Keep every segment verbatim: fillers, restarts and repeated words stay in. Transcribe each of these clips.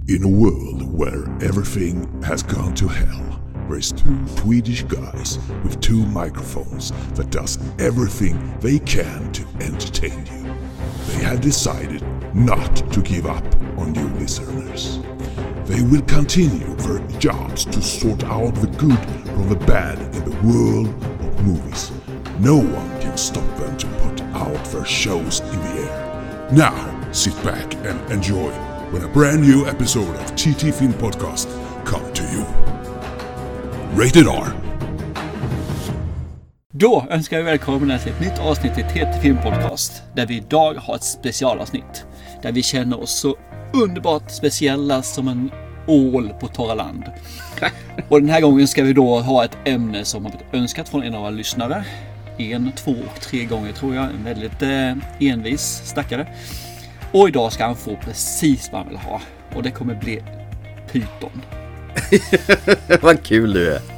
In a world where everything has gone to hell, there is two Swedish guys with two microphones that does everything they can to entertain you. They have decided not to give up on you listeners. They will continue their jobs to sort out the good from the bad in the world of movies. No one can stop them to put out their shows in the air. Now, sit back and enjoy when a brand new episode of T T Film Podcast come to you. Rated R. Då önskar jag välkomna till ett nytt avsnitt i T T Film Podcast, där vi idag har ett specialavsnitt där vi känner oss så underbart speciella som en ål på torra land. Och den här gången ska vi då ha ett ämne som har blivit önskat från en av våra lyssnare. En, två och tre gånger tror jag. En väldigt eh, envis stackare. Och idag ska han få precis vad han vill ha. Och det kommer bli Python. Vad kul du är.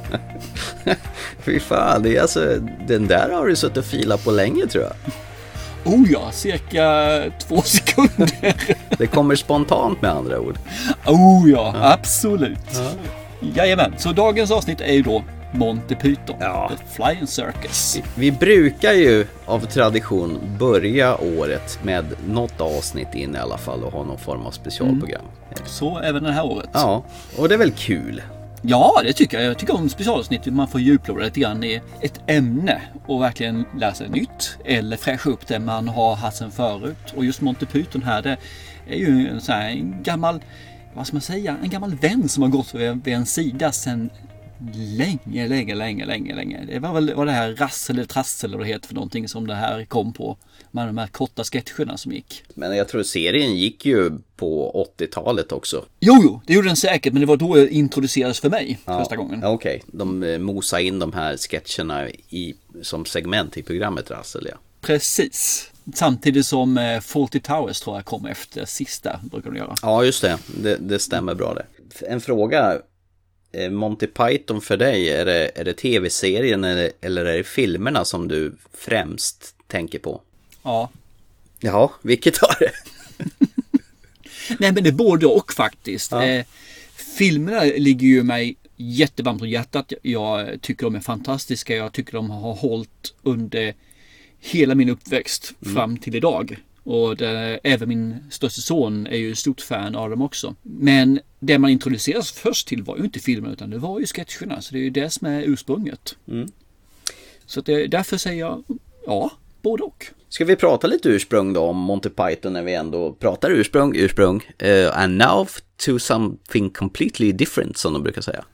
Fy fan, det är alltså, den där har du suttit och filat på länge tror jag. Oh ja, cirka två sekunder. Det kommer spontant med andra ord. Oh ja, ja. Absolut. Ja. Jajamän, så dagens avsnitt är ju då Monty Python, ja. The Flying Circus. Vi, vi brukar ju av tradition börja året med något avsnitt in i alla fall och ha någon form av specialprogram. Mm. Så även det här året. Ja, och det är väl kul. Ja, det tycker jag. Jag tycker om specialavsnitt. Man får djuploda lite grann i ett ämne och verkligen lära sig nytt eller fräscha upp det man har haft sen förut. Och just Monty Python här, det är ju en sån här en gammal, vad ska man säga, en gammal vän som har gått vid en sida sen länge, länge, länge, länge, länge. Det var väl var det här Rassel eller Trassel eller vad det heter för någonting som det här kom på. Med de här korta sketcherna som gick. Men jag tror serien gick ju på åttiotalet också. Jo, jo, det gjorde den säkert, men det var då det introducerades för mig ja, första gången. Okej, okay. De mosade in de här sketcherna i, som segment i programmet Rassel, ja. Precis. Samtidigt som eh, Fawlty Towers tror jag kom efter sista, brukar de göra. Ja, just det. Det, det stämmer bra det. En fråga, Monty Python för dig, är det, är det tv-serien eller, eller är det filmerna som du främst tänker på? Ja. Ja, vilket var det? Nej, men det är både och faktiskt. Ja. Eh, filmerna ligger ju mig jättevarmt om hjärtat. Jag tycker de är fantastiska. Jag tycker de har hållit under hela min uppväxt mm. fram till idag. Och det, även min största son är ju stort fan av dem också. Men det man introduceras först till var ju inte filmen utan det var ju sketcherna. Så det är ju det som är ursprunget. Mm. Så det, därför säger jag ja, både och. Ska vi prata lite ursprung då om Monty Python när vi ändå pratar ursprung, ursprung. Uh, and now to something completely different som de brukar säga.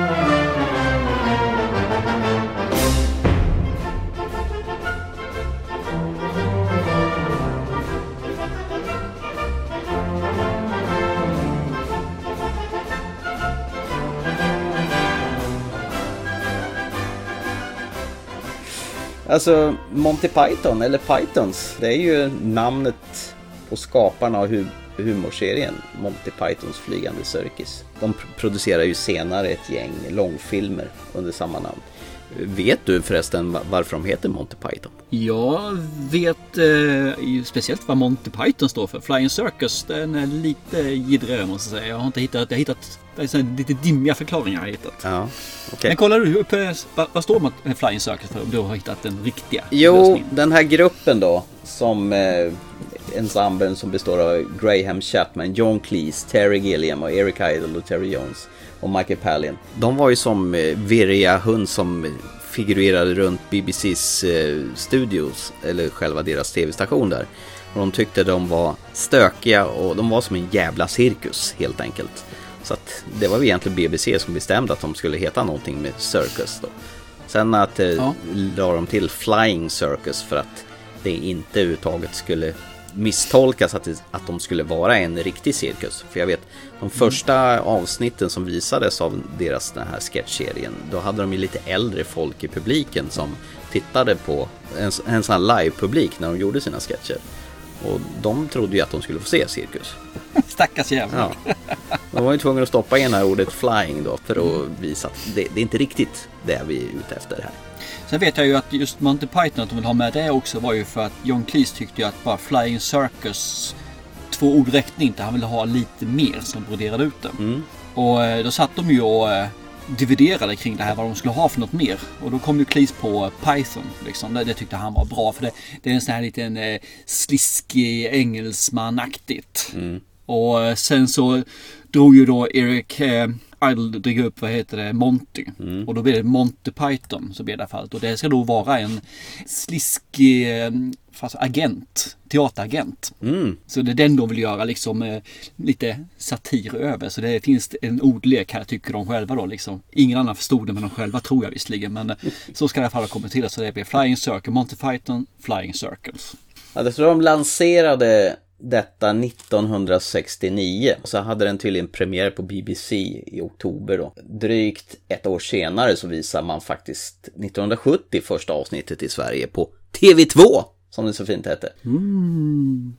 Alltså Monty Python eller Pythons, det är ju namnet på skaparna av hu- humorserien Monty Pythons flygande cirkus. De pr- producerar ju senare ett gäng långfilmer under samma namn. Vet du förresten varför de heter Monty Python? Jag vet eh, speciellt vad Monty Python står för. Flying Circus, den är lite jiddrig måste jag säga. Jag har inte hittat, jag har hittat det är lite dimmiga förklaringar jag har hittat. Ja, okay. Men kollar du upp, vad, vad står man med Flying Circus för om du har hittat den riktiga Jo, lösningen? Den här gruppen då, som eh, ensemblen som består av Graham Chapman, John Cleese, Terry Gilliam och Eric Idle och Terry Jones och Michael Palin. De var ju som eh, virriga hund som figurerade runt B B C:s eh, studios, eller själva deras tv-station där. Och de tyckte de var stökiga och de var som en jävla cirkus helt enkelt. Så att det var egentligen B B C som bestämde att de skulle heta någonting med circus då. Sen att eh, ja. la de till Flying Circus för att det inte överhuvudtaget skulle misstolkas att, det, att de skulle vara en riktig cirkus. För jag vet, de första avsnitten som visades av deras den här sketchserien, då hade de ju lite äldre folk i publiken som tittade på en, en sån här live-publik när de gjorde sina sketcher. Och de trodde ju att de skulle få se cirkus. Stackars jävlar. Ja. De var ju tvungna att stoppa in det här ordet flying då för att visa att det, det är inte riktigt det vi är ute efter här. Sen vet jag ju att just Monty Python, att de vill ha med det också, var ju för att John Cleese tyckte ju att bara Flying Circus två ord räckte inte. Han ville ha lite mer som broderade ut det. Mm. Och eh, då satt de ju och eh, dividerade kring det här vad de skulle ha för något mer. Och då kom ju Cleese på Python. Liksom. Det, det tyckte han var bra. För det, det är en sån här liten eh, sliskig engelsmanaktigt. Mm. Och eh, sen så drog ju då Eric eh, Idle drog upp, vad heter det, Monty. Mm. Och då blir det Monty Python så blir det fallet. Och det ska då vara en sliskig eh, fast agent, teateragent. Mm. Så det är den de vill göra liksom eh, lite satir över. Så det finns en ordlek här tycker de själva då liksom. Ingen annan förstod det men de själva tror jag visserligen. Men eh, så ska det i alla fall kommenteras. Så det blir Flying Circle, Monty Python, Flying Circles. Ja, det tror de lanserade detta nittonhundrasextionio. Så hade den tydligen premiär på B B C i oktober då. Drygt ett år senare så visar man faktiskt nittonhundrasjuttio första avsnittet i Sverige på T V två. Som det så fint hette. Mm.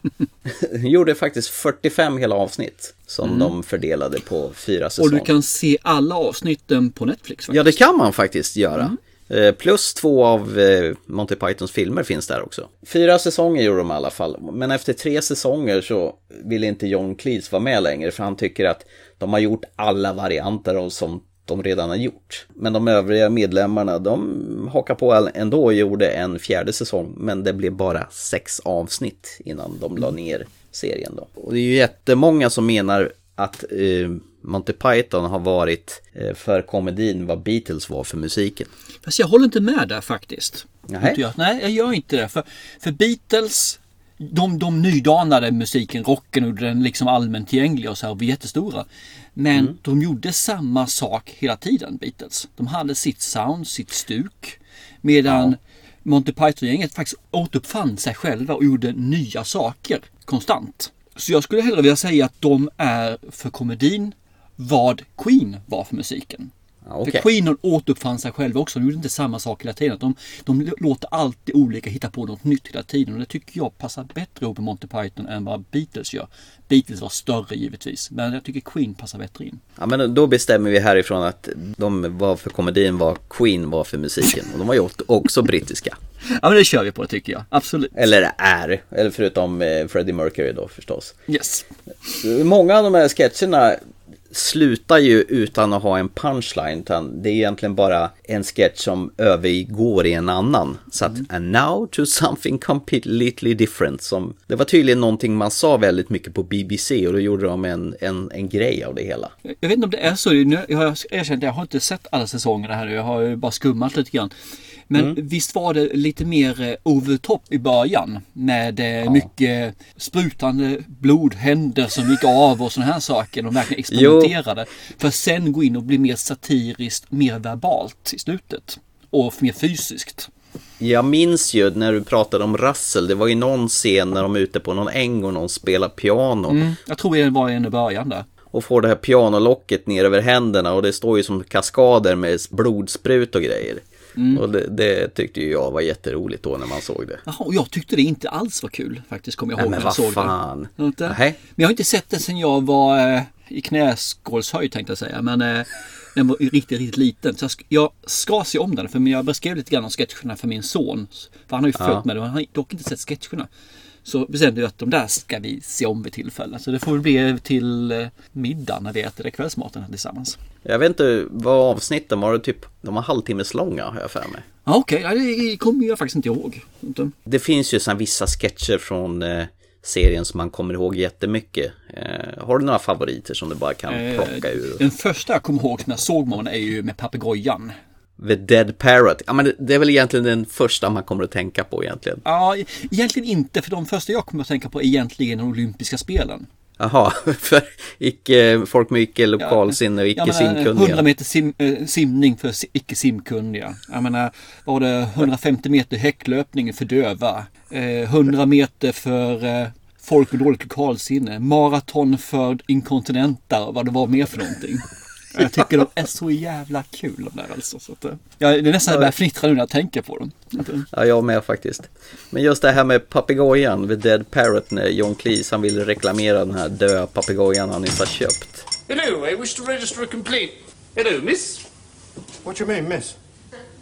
Gjorde faktiskt fyrtiofem hela avsnitt. Som mm. de fördelade på fyra säsonger. Och du kan se alla avsnitten på Netflix faktiskt. Ja, det kan man faktiskt göra. Mm. Plus två av Monty Pythons filmer finns där också. Fyra säsonger gjorde de i alla fall. Men efter tre säsonger så ville inte John Cleese vara med längre. För han tycker att de har gjort alla varianter av som de redan har gjort. Men de övriga medlemmarna, de hakar på ändå och gjorde en fjärde säsong. Men det blev bara sex avsnitt innan de la ner serien då. Och det är ju jättemånga som menar att eh, Monty Python har varit eh, för komedin vad Beatles var för musiken. Fast jag håller inte med där faktiskt. Nej, jag, nej jag gör inte det. För, för Beatles, de, de nydanade musiken, rocken och den liksom allmänt tillgängliga och så här och var jättestora. Men mm. de gjorde samma sak hela tiden, Beatles. De hade sitt sound, sitt stuk. Medan ja. Monty Python-gänget faktiskt återuppfann sig själva och gjorde nya saker konstant. Så jag skulle hellre vilja säga att de är för komedin vad Queen var för musiken. Ja, okay. För Queen återuppfann sig själva också. De gjorde inte samma sak hela tiden. De, de låter alltid olika hitta på något nytt hela tiden. Och det tycker jag passar bättre ihop med Monty Python än vad Beatles gör. Beatles var större givetvis. Men jag tycker Queen passar bättre in. Ja, men då bestämmer vi härifrån att de var för komedin vad Queen var för musiken. Och de var ju också brittiska. Ja, men det kör vi på, tycker jag. Absolut. Eller är. Eller förutom eh, Freddie Mercury då förstås. Yes. Många av de här sketcherna slutar ju utan att ha en punchline, utan det är egentligen bara en sketch som övergår i en annan. Så att, mm. and now to something completely different. Som, det var tydligen någonting man sa väldigt mycket på B B C och då gjorde de en, en, en grej av det hela. Jag vet inte om det är så, jag har erkänt jag har inte sett alla säsongerna här, jag har ju bara skummat lite grann. Men mm. visst var det lite mer over the top i början med ja. mycket sprutande blodhänder som gick av och såna här saker. De verkligen experimenterade. Jo. För sen gå in och bli mer satiriskt, mer verbalt i slutet. Och mer fysiskt. Jag minns ju när du pratade om Russell. Det var ju någon scen när de är ute på någon äng och någon spelar piano. Mm. Jag tror det var en i början där. Och får det här pianolocket ner över händerna och det står ju som kaskader med blodsprut och grejer. Mm. Och det, det tyckte ju jag var jätteroligt då när man såg det. Jaha, och jag tyckte det inte alls var kul faktiskt, kommer jag ihåg. Nej, men vad jag fan. såg det. Men jag har inte sett det sedan jag var eh, i knäskålshöjd tänkte jag säga. Men eh, den var riktigt, riktigt liten. Så jag ska, jag ska se om den. För jag beskrev lite grann om sketcherna för min son. För han har ju följt ja. med det. Han har dock inte sett sketcherna. Så bestämde jag att de där ska vi se om vid tillfälle. Så det får bli till middag när vi äter kvällsmaten tillsammans. Jag vet inte vad avsnitten var. Det typ, de var halvtimmes långa har jag för mig. Ja, okej. Okay. Det kommer jag faktiskt inte ihåg. Det finns ju såna vissa sketcher från eh, serien som man kommer ihåg jättemycket. Eh, har du några favoriter som du bara kan eh, plocka ur? Den första jag kommer ihåg som jag såg man är ju med papegojan. The Dead Parrot. Ja, men det är väl egentligen den första man kommer att tänka på egentligen. Ja, egentligen inte. För de första jag kommer att tänka på är egentligen de olympiska spelen. Jaha, för icke, folk med icke lokalsinne och icke ja, simkunniga. hundra meter sim, äh, simning för icke simkunniga. Jag menar, var det hundrafemtio meter häcklöpning för döva. Eh, hundra meter för eh, folk med dåligt lokalsinne. Maraton för inkontinenta och vad det var mer för någonting. Jag tycker de är så jävla kul de där alltså. Så att, ja, det är nästan bara fnittra nu när jag tänker på dem. Ja, jag med faktiskt. Men just det här med papegojan, The Dead Parrot, när John Cleese han vill reklamera den här döda papegojan han inte har köpt. Hello, I wish to register a complaint. Hello, miss. What you mean, miss?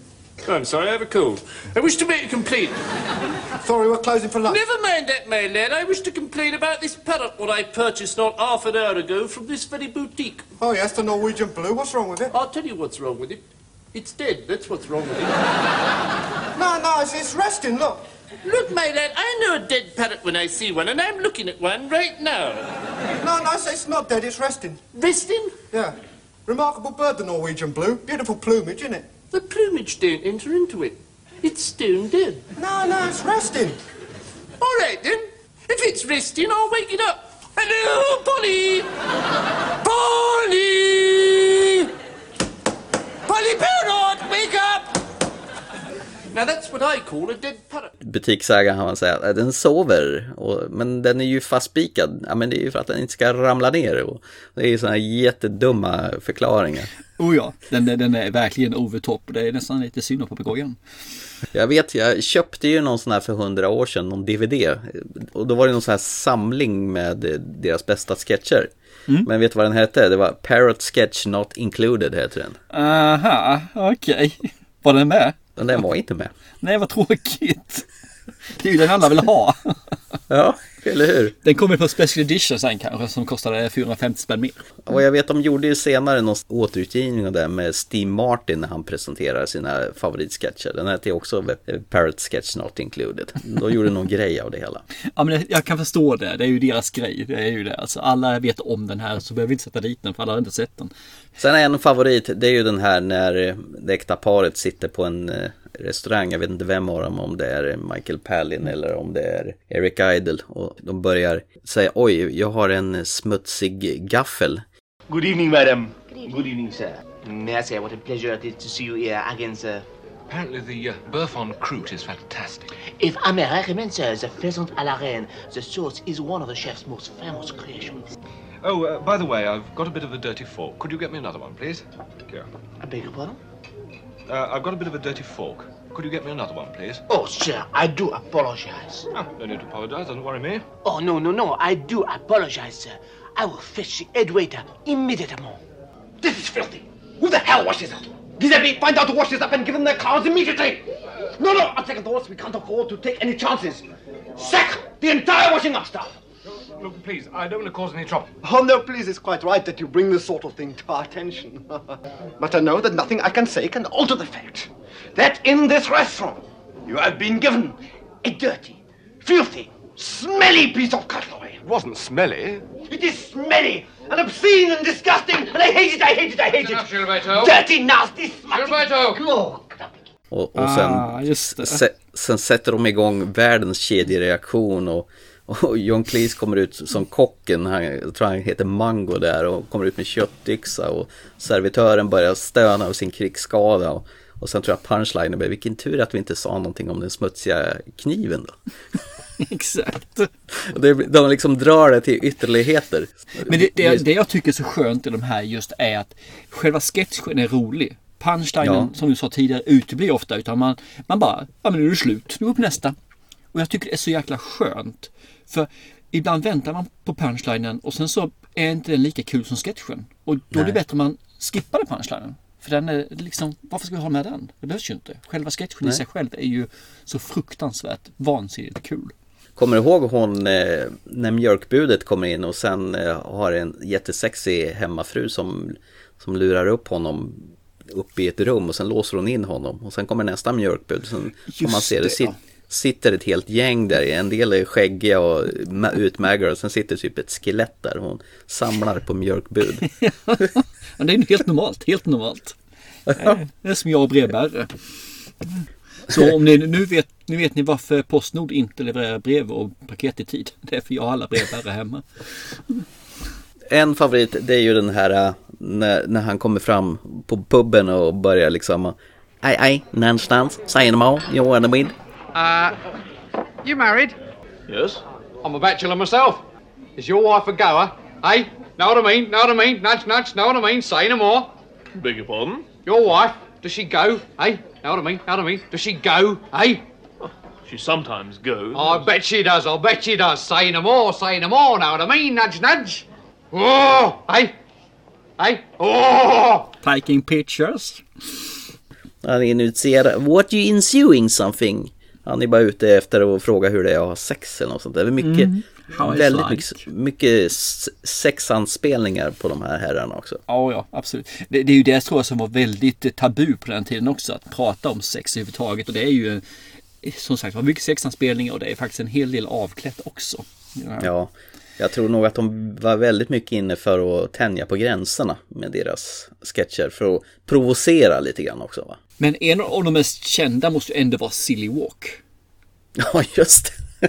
Oh, I'm sorry, I have a cold. I wish to make a complaint. Sorry, we're closing for lunch. Never mind that, my lad. I wish to complain about this parrot what I purchased not half an hour ago from this very boutique. Oh, yes, the Norwegian blue. What's wrong with it? I'll tell you what's wrong with it. It's dead. That's what's wrong with it. No, no, it's, it's resting, look. Look, my lad, I know a dead parrot when I see one, and I'm looking at one right now. No, no, it's, it's not dead, it's resting. Resting? Yeah. Remarkable bird, the Norwegian blue. Beautiful plumage, isn't it? The plumage don't enter into it. It's stone dead. No, no, it's resting. All right, then. If it's resting, I'll wake it up. Hello, Polly! Polly! Polly Parrot, wake up! Now that's what I call a dead parrot. Butiksägaren har man säga att den sover, och, men den är ju fastspikad. Ja, men det är ju för att den inte ska ramla ner. Och det är ju sådana jättedumma förklaringar. Oh ja, den, den är verkligen over top. Det är nästan lite synd på papegojan. Jag vet, jag köpte ju någon sån här för hundra år sedan, någon D V D. Och då var det någon sån här samling med deras bästa sketcher. Mm. Men vet du vad den hette? Det var Parrot Sketch Not Included heter den. Aha, okej. Okay. Var den med? Men den var inte med. Nej, vad tråkigt. Det är ju den alla vill ha. Ja, eller hur? Den kommer på special edition sen kanske, som kostade fyrahundrafemtio spänn mer. Och jag vet, de gjorde ju senare någon återutgivning av det med Steve Martin när han presenterar sina favoritsketcher. Den hette också Parrot Sketch Not Included. Då gjorde någon grej av det hela. Ja, men jag kan förstå det. Det är ju deras grej. Det är ju det. Alltså, alla vet om den här, så behöver vi inte sätta dit den, för alla har inte sett den. Sen är en favorit, det är ju den här när det äkta paret sitter på en restaurang. Jag vet inte vem av dem, om det är Michael Palin eller om det är Eric Idle, och de börjar säga, oj, jag har en smutsig gaffel. Good evening, madam. Good evening, Good evening sir. May I say what a pleasure it is to see you here again, sir. Apparently the uh, Burfon croûte is fantastic. If I may recommend, sir, the pheasant à la reine. The sauce is one of the chef's most famous creations. Oh, uh, by the way, I've got a bit of a dirty fork. Could you get me another one, please? Thank you. I beg your pardon? Uh, I've got a bit of a dirty fork. Could you get me another one, please? Oh, sir, I do apologize. Oh, no need to apologize, doesn't worry me. Oh, no, no, no, I do apologize, sir. I will fetch the head waiter immediately. This is filthy. Who the hell washes it? Giuseppe, find out who washes up and give them their cards immediately. No, no, I'll take a thoughts. We can't afford to take any chances. Sack the entire washing up staff. Look, please, I don't want to cause any trouble. Oh, no, please, it's quite right that you bring this sort of thing to our attention. But I know that nothing I can say can alter the fact that in this restaurant you have been given a dirty, filthy, smelly piece of cutlery. It wasn't smelly. It is smelly and obscene and disgusting, and I hate it, I hate it, I hate Enough, it. Gilberto. Dirty, nasty, smutty. Gilberto! Och, och sen, ah, just det. se, sen sätter de igång världens kedjereaktion, och Och John Cleese kommer ut som kocken, han, jag tror han heter Mango där, och kommer ut med köttyxa, och servitören börjar stöna av sin krigsskada, och, och sen tror jag punchline är, vilken tur att vi inte sa någonting om den smutsiga kniven då. Exakt. Det, de liksom drar det till ytterligheter. Men det, det, det jag tycker är så skönt i de här just är att själva sketchen är rolig. Punchlinen, ja, som du sa tidigare, uteblir ofta, utan man, man bara, ja men nu är det slut, nu är det på nästa. Och jag tycker det är så jäkla skönt. För ibland väntar man på punchlinen och sen så är inte den lika kul som sketchen. Och då Nej. är det bättre om man skippar punchlinen. För den är liksom, varför ska vi ha med den? Det behövs ju inte. Själva sketchen Nej. i sig själv är ju så fruktansvärt vansinnigt kul. Kommer du ihåg hon eh, när mjölkbudet kommer in och sen eh, har en jättesexig hemmafru som, som lurar upp honom upp i ett rum, och sen låser hon in honom, och sen kommer nästa mjölkbud, sen får man se det, det sit, ja. sitter ett helt gäng där, en del är skäggiga och utmägare, och sen sitter typ ett skelett där, hon samlar på mjölkbud. Ja, det är helt normalt, helt normalt. Det är som jag och brevbärare. Så om ni nu vet, nu vet ni varför Postnord inte levererar brev och paket i tid. Det är för jag har alla brevbärare hemma. En favorit, det är ju den här när, när han kommer fram på puben och börjar liksom aj aj, någonstans, säg dem all, you wanna win. Uh, you married? Yes. I'm a bachelor myself. Is your wife a goer? Hey, know what I mean, know what I mean, nudge nudge, know what I mean, say no more. Beg your pardon? Your wife, does she go? Hey, know what I mean, know what I mean, does she go? Hey? She sometimes goes. I bet she does, I bet she does. Say no more, say no more, know what I mean, nudge nudge. Oh, hey, hey, oh! Taking pictures. Han initierar, what you ensuing something? Han är bara ute efter att fråga hur det är att ha sex eller något sånt. Det är mycket, mm. väldigt like. mycket, mycket sexanspelningar på de här herrarna också. Ja, ja, absolut. Det, det är ju det tror jag som var väldigt tabu på den tiden också, att prata om sex överhuvudtaget. Och det är ju som sagt var mycket sexanspelningar och det är faktiskt en hel del avklätt också. Ja. ja, jag tror nog att de var väldigt mycket inne för att tänja på gränserna med deras sketcher för att provocera lite grann också, va? Men en av de mest kända måste ändå vara Silly Walk. Ja, just det.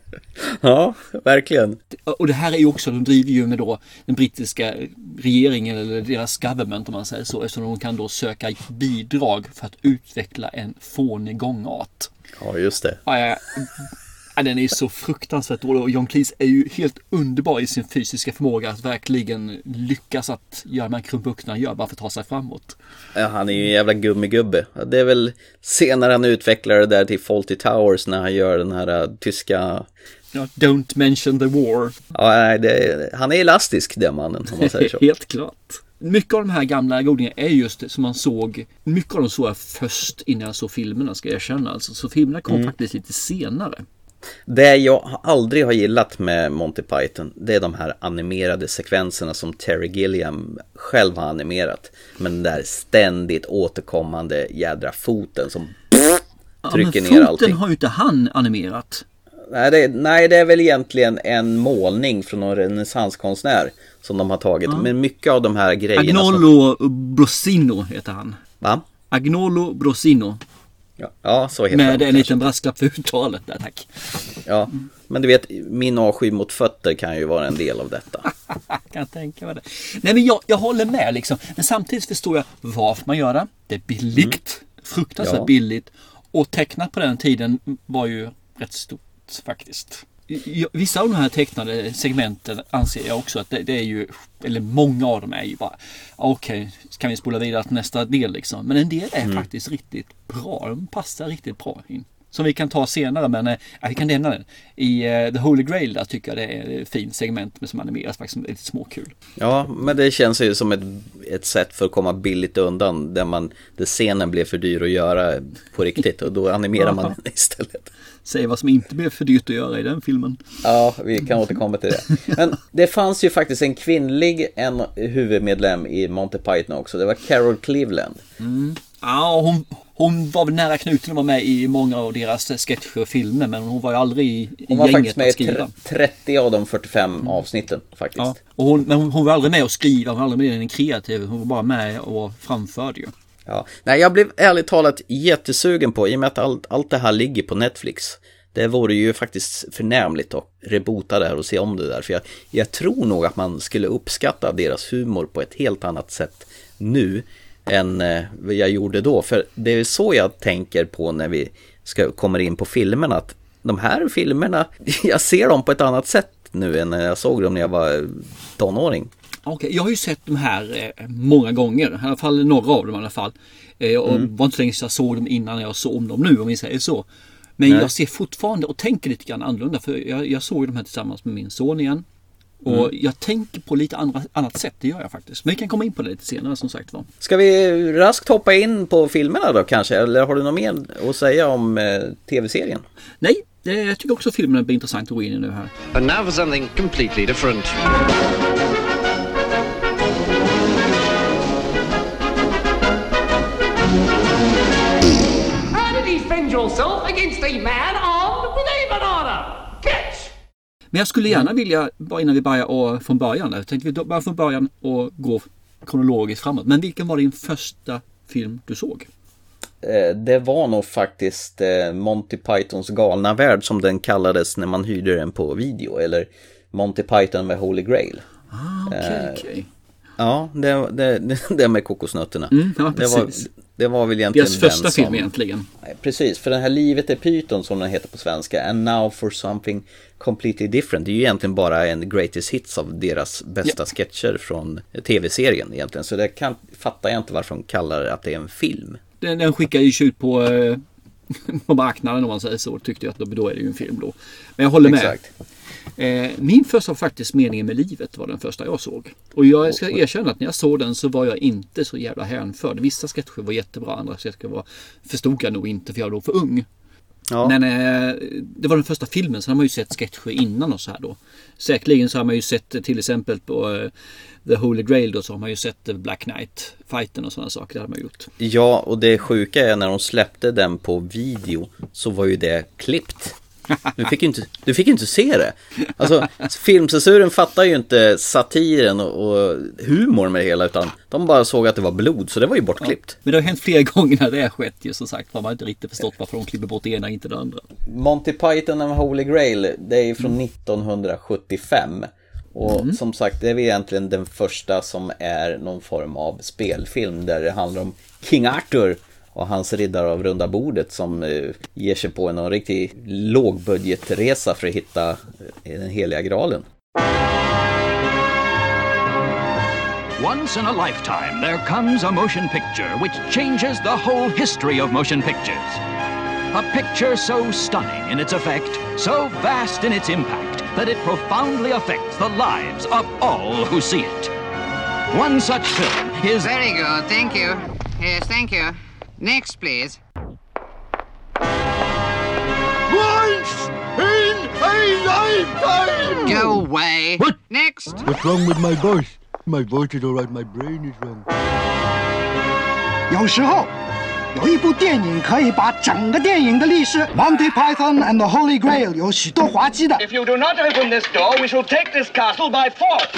Ja, verkligen. Och det här är ju också, de driver ju med då den brittiska regeringen eller deras government om man säger så, eftersom de kan då söka bidrag för att utveckla en fånig gångart. Ja, just det. Ja, ja, ja, den är så fruktansvärt dålig och John Cleese är ju helt underbar i sin fysiska förmåga att verkligen lyckas att göra de här krumbuckna gör bara för att ta sig framåt. Ja, han är ju en jävla gummigubbe. Det är väl senare han utvecklar det där till Fawlty Towers när han gör den här uh, tyska... Ja, don't mention the war. Ja, det, han är elastisk den mannen om man säger så. Helt klart. Mycket av de här gamla godingarna är just det som man såg, mycket av dem såg jag först innan jag såg filmerna ska jag känna. Alltså, så filmerna kom mm. faktiskt lite senare. Det jag aldrig har gillat med Monty Python, det är de här animerade sekvenserna som Terry Gilliam själv har animerat. Men den där ständigt återkommande jädra foten som pff, ja, trycker ner ner allting. Foten har ju inte han animerat. Nej det, nej, det är väl egentligen en målning från en renässanskonstnär som de har tagit. Ja. Men mycket av de här grejerna... Agnolo som... Brosino heter han. Va? Agnolo Brosino. Ja, ja, så heter med han, en kanske. liten brasklapp för uttalet där, tack. Ja, men du vet, min avsky mot fötter kan ju vara en del av detta. Kan tänka mig det. Nej, men jag, jag håller med liksom. Men samtidigt förstår jag varför man gör det. Det är billigt. Mm. Fruktansvärt ja. billigt. Och tecknat på den tiden var ju rätt stort faktiskt. Vissa av de här tecknade segmenten anser jag också att det, det är ju, eller många av dem är ju bara okej, okay, kan vi spola vidare till nästa del liksom. Men en del är mm. faktiskt riktigt bra. De passar riktigt bra in. Som vi kan ta senare, men äh, vi kan nämna den. I uh, The Holy Grail där tycker jag det är ett fint segment med som animeras faktiskt lite småkul. Ja, men det känns ju som ett, ett sätt för att komma billigt undan där, man, där scenen blev för dyr att göra på riktigt och då animerar man den istället. Säg vad som inte blev för dyrt att göra i den filmen. Ja, vi kan återkomma till det. Men det fanns ju faktiskt en kvinnlig en huvudmedlem i Monty Python också. Det var Carol Cleveland. Mm. Ja, hon, hon var väl nära knuten att vara med i många av deras sketcher och filmer, men hon var ju aldrig i, i hon var gänget faktiskt med i trettio av de fyrtiofem mm. avsnitten faktiskt. Ja, och hon, men hon, hon var aldrig med att skriva, hon var aldrig med i den kreativa, hon var bara med och framförde ju. Ja. Nej, jag blev ärligt talat jättesugen på, i och med att allt, allt det här ligger på Netflix. Det vore ju faktiskt förnämligt att reboota det här och se om det där. För jag, jag tror nog att man skulle uppskatta deras humor på ett helt annat sätt nu än eh, vad jag gjorde då. För det är så jag tänker på när vi ska, kommer in på filmerna. Att de här filmerna, jag ser dem på ett annat sätt nu än när jag såg dem när jag var tonåring. Okej, jag har ju sett de här eh, många gånger. I alla fall några av dem i alla fall. Eh, och mm. var inte så länge så jag såg dem innan jag såg om dem nu, om vi säger så. Men Nej. jag ser fortfarande och tänker lite grann annorlunda. För jag, jag såg de här tillsammans med min son igen. Och mm. jag tänker på lite andra, annat sätt, det gör jag faktiskt. Men vi kan komma in på det lite senare som sagt var. Ska vi raskt hoppa in på filmerna då kanske? Eller har du något mer att säga om eh, tv-serien? Nej, det, jag tycker också filmerna blir intressant att gå in i nu här. And now for something completely different. Yourself against a man armed with a banana. Catch! Men jag skulle gärna vilja, bara innan vi börjar och från början, jag tänkte vi bara från början och gå kronologiskt framåt. Men vilken var din första film du såg? Det var nog faktiskt Monty Pythons galna värld som den kallades när man hyrde den på video. Eller Monty Python med Holy Grail. Ah, okej, okay, okej. Okay. Ja, det, det, det med kokosnötterna. Mm, ja, det, var, det var väl egentligen deras första som, film egentligen. Nej, precis, för den här Livet är Python som den heter på svenska, And Now for Something Completely Different. Det är ju egentligen bara en greatest hits av deras bästa yep. sketcher från tv-serien egentligen. Så det kan, fattar jag inte varför de kallar det att det är en film. Den, den skickar ju ut på, eh, på marknaden om man säger så. Tyckte jag att då, då är det ju en film då. Men jag håller med. Exakt. Eh, min första var faktiskt Meningen med livet var den första jag såg. Och jag ska erkänna att när jag såg den så var jag inte så jävla hänförd. Vissa sketcher var jättebra, andra sketcher var förstod jag nog inte för jag var då för ung. Ja. Men eh, det var den första filmen, så har man ju sett sketcher innan och så här då. Säkerligen så har man ju sett till exempel på eh, The Holy Grail då, så har man ju sett Black Knight fighten och sådana saker, det hade man gjort. Ja, och det sjuka är när de släppte den på video så var ju det klippt. Du fick ju inte, du fick ju inte se det. Alltså, filmcensuren fattar ju inte satiren och, och humor med det hela, utan de bara såg att det var blod, så det var ju bortklippt. Ja, men det har hänt flera gånger när det har skett ju, som sagt. Man har inte riktigt förstått varför de klipper bort det ena, inte det andra. Monty Python and Holy Grail, det är från mm. nittonhundrasjuttiofem. Och mm. som sagt, det är egentligen den första som är någon form av spelfilm där det handlar om King Arthur och hans riddare av runda bordet som eh, ger sig på en riktigt lågbudgetresa för att hitta eh, den heliga graalen. Once in a lifetime there comes a motion picture which changes the whole history of motion pictures. A picture so stunning in its effect, so vast in its impact, that it profoundly affects the lives of all who see it. One such film is... Very good, thank you. Yes, thank you. Next, please. Once in a lifetime! Go away. What? Next. What's wrong with my voice? My voice is all right, my brain is wrong. 有时候有一部电影可以把整个电影的历史 Monty Python and the Holy Grail 有许多滑稽的 If you do not open this door, we shall take this castle by force.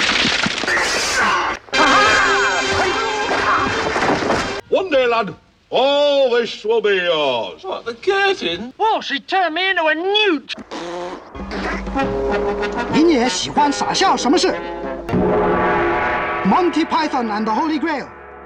One day, lad, all this will be yours. What, the curtain? Oh, she turned me into a newt. 您也喜欢傻笑什么事 Monty Python and the Holy Grail.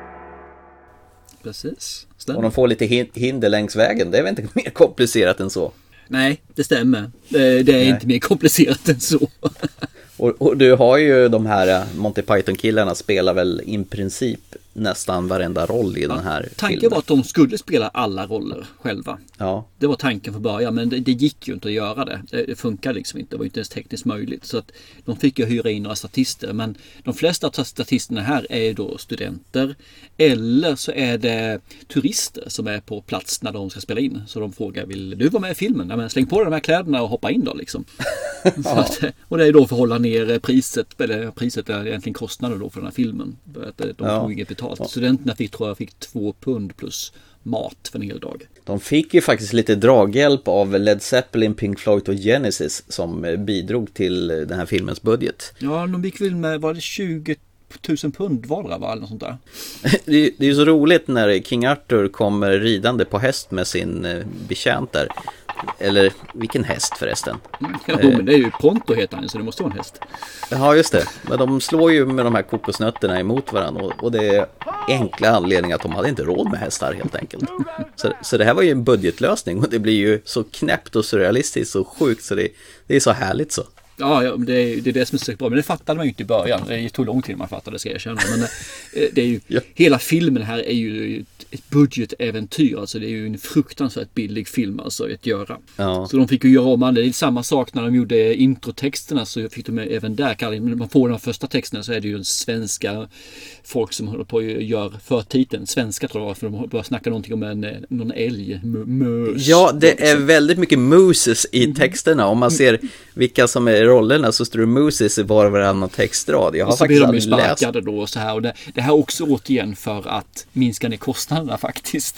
Precis. Stämmer. Och de får lite hinder längs vägen. Det är väl inte mer komplicerat än så? Nej, det stämmer. Det är Nej. inte mer komplicerat än så. och, och du har ju de här Monty Python-killarna spelar väl i princip nästan varenda roll i ja, den här tanken filmen. var att de skulle spela alla roller själva. Ja. Det var tanken för början, men det, det gick ju inte att göra det. Det, det funkar liksom inte, det var ju inte ens tekniskt möjligt. Så att de fick ju hyra in några statister, men de flesta av statisterna här är då studenter eller så är det turister som är på plats när de ska spela in. Så de frågar, vill du vara med i filmen? Ja, men släng på de här kläderna och hoppa in då liksom. ja. Så att, och det är då för att hålla ner priset, eller priset är egentligen kostnader då för den här filmen. För att de ja. tog inget betalt. Ja. Studenterna fick, tror jag, fick två pund plus mat för en hel dag. De fick ju faktiskt lite draghjälp av Led Zeppelin, Pink Floyd och Genesis som bidrog till den här filmens budget. Ja, de gick väl med, var det tjugo tusen pund vardera, va? Eller något sånt där. det, det är ju så roligt när King Arthur kommer ridande på häst med sin betjänt där. Eller vilken häst förresten? Ja, men det är ju Pronto heter han, så det måste vara en häst. Ja, just det. Men de slår ju med de här kokosnötterna emot varandra. Och, och det är enkla anledningar att de hade inte råd med hästar helt enkelt. Så, så det här var ju en budgetlösning. Och det blir ju så knäppt och surrealistiskt och sjukt. Så det, det är så härligt så. Ja, ja det, är, det är det som är så bra. Men det fattade man ju inte i början. Det tog lång tid innan man fattade, ska jag erkänna. Men det är ju, ja. Hela filmen här är ju ett, ett budgetäventyr. Alltså det är ju en fruktansvärt billig film alltså att göra. Ja. Så de fick ju göra om det. Det är samma sak när de gjorde introtexterna, så fick de även där. När man får de första texterna så är det ju en svenska folk som håller på att göra förtiteln. Svenska tror jag, för de börjar snacka någonting om en, någon älg. Mös. Ja, det är väldigt mycket mooses i texterna. Om man ser vilka som är rollerna så står det Moses i var och varannan textrad. Jag har och så faktiskt blir de ju sparkade läst. Då och så här. Och det, det här också återigen för att minska ner kostnaderna faktiskt.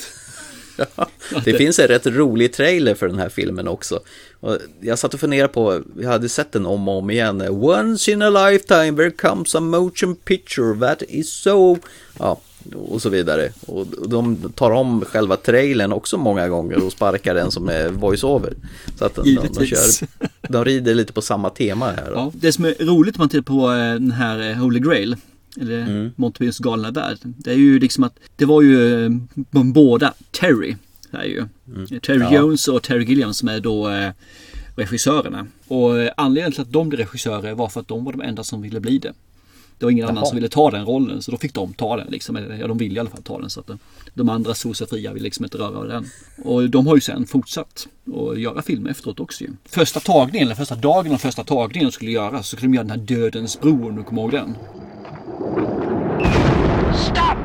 Ja, det finns en rätt rolig trailer för den här filmen också. Och jag satt och funderade på, jag hade sett den om och om igen. Once in a lifetime there comes a motion picture that is so... Ja, och så vidare. Och de tar om själva trailern också många gånger och sparkar den som är voice-over. Så att de, de, de, kör, de rider lite på samma tema här. Ja, det som är roligt om man tittar på den här Holy Grail, eller mm. Monty Pythons galna värld, det är ju liksom att det var ju de båda Terry, här är ju. Mm. Terry ja. Jones och Terry Gilliam som är då eh, regissörerna. Och anledningen till att de blev regissörer var för att de var de enda som ville bli det. Det var ingen Jaha. annan som ville ta den rollen, så då fick de ta den. Liksom. Ja, de ville i alla fall ta den. Så att de andra Sosa-fria vill liksom inte röra den. Och de har ju sen fortsatt att göra film efteråt också. Ju. Första tagningen, eller första dagen av första tagningen de skulle göra, så skulle de göra den här Dödens bro, om du kommer ihåg den. Stop!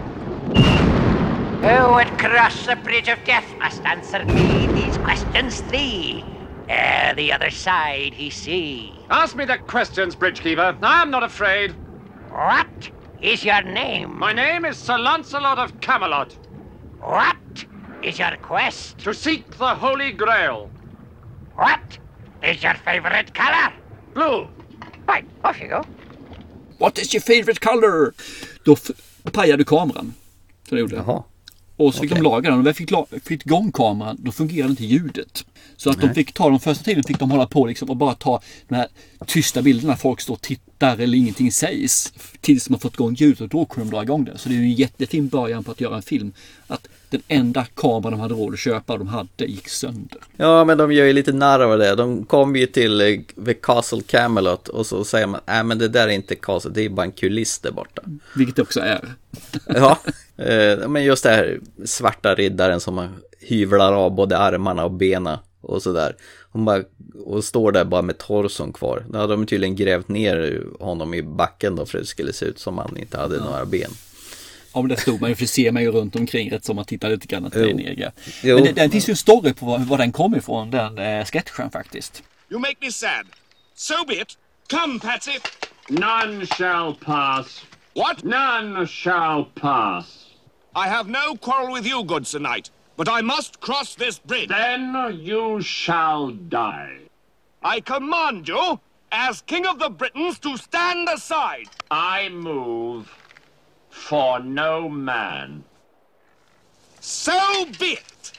Who would cross the bridge of death must answer me these questions three. Ere the other side he see. Ask me the questions, Bridgekeeper. I am not afraid. What is your name? My name is Sir Lancelot of Camelot. What is your quest? To seek the Holy Grail. What is your favorite color? Blue. Right, off you go. What is your favorite color? Då f- pajade kameran. Så det gjorde. Jaha. Och så fick Okej. de laga den. Och när vi fick, la- fick igång kameran, då fungerade inte ljudet. Så att Nej. de fick ta, de första tiden fick de hålla på liksom och bara ta de här tysta bilderna. Folk står och tittar eller ingenting sägs. Tills man fått igång ljudet, och då kunde de dra igång det. Så det är ju en jättefin början på att göra en film. Att den enda kameran de hade råd att köpa, de hade, gick sönder. Ja, men de gör ju lite narr av det. De kom ju till eh, The Castle Camelot och så säger man, nej men det där är inte Castle, det är bara en kuliss där borta. Vilket det också är. Ja, eh, men just det här svarta riddaren som man hyvlar av både armarna och benen och sådär. Hon bara, och står där bara med torson kvar. Då hade de tydligen grävt ner honom i backen då för att det skulle se ut som han inte hade ja. några ben. Ja, men det stod man ju, för det ser man ju runt omkring rätt som man tittar lite grann till nere. Jo. Men det, det finns ju en story på var, var den kommer ifrån, den eh, sketchen faktiskt. You make me sad. So be it. Come, Patsy. None shall pass. What? None shall pass. I have no quarrel with you, good Sir Knight, but I must cross this bridge. Then you shall die. I command you, as King of the Britons, to stand aside. I move for no man. So be it.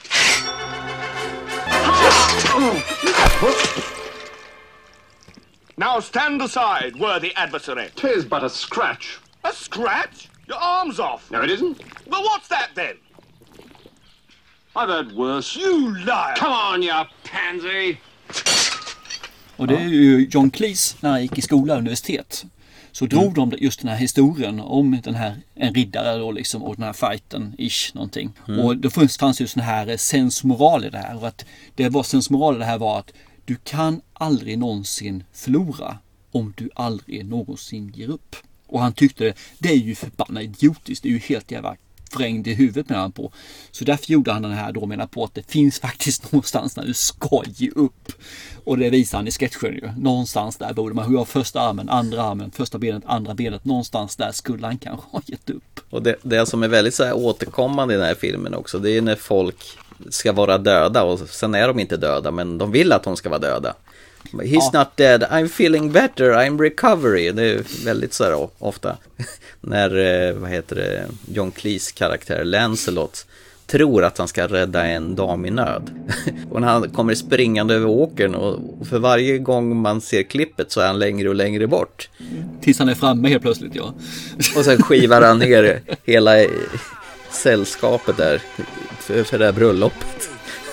Now stand aside, worthy adversary. 'Tis but a scratch. A scratch? Your arm's off. No, it isn't. Well, what's that then? I've heard worse. You liar! Come on, you pansy! Och det är ju John Cleese, när han gick i skola och universitet. Så drog mm. de just den här historien om den här, en riddare då liksom, och den här fighten, ish, någonting. Mm. Och då fanns, fanns ju sån här sensmoral i det här. Och att det var sensmoral i det här var att du kan aldrig någonsin förlora om du aldrig någonsin ger upp. Och han tyckte det, det är ju förbannat idiotiskt, det är ju helt jävla frängd i huvudet menar han på. Så därför gjorde han den här då, menar på att det finns faktiskt någonstans när du ska ge upp. Och det visar han i sketchen ju. Någonstans där borde man ha första armen, andra armen, första benet, andra benet. Någonstans där skulle han kanske ha gett upp. Och det, det som är väldigt så här återkommande i den här filmen också, det är när folk ska vara döda och sen är de inte döda, men de vill att de ska vara döda. He's ja. not dead, I'm feeling better, I'm recovery. Det är väldigt så här ofta när, vad heter det, John Cleese karaktär Lancelot tror att han ska rädda en dam i nöd. Och när han kommer springande över åkern och för varje gång man ser klippet så är han längre och längre bort. Tills han är framme helt plötsligt, ja. Och sen skivar han ner hela sällskapet där för, för det här bröllopet.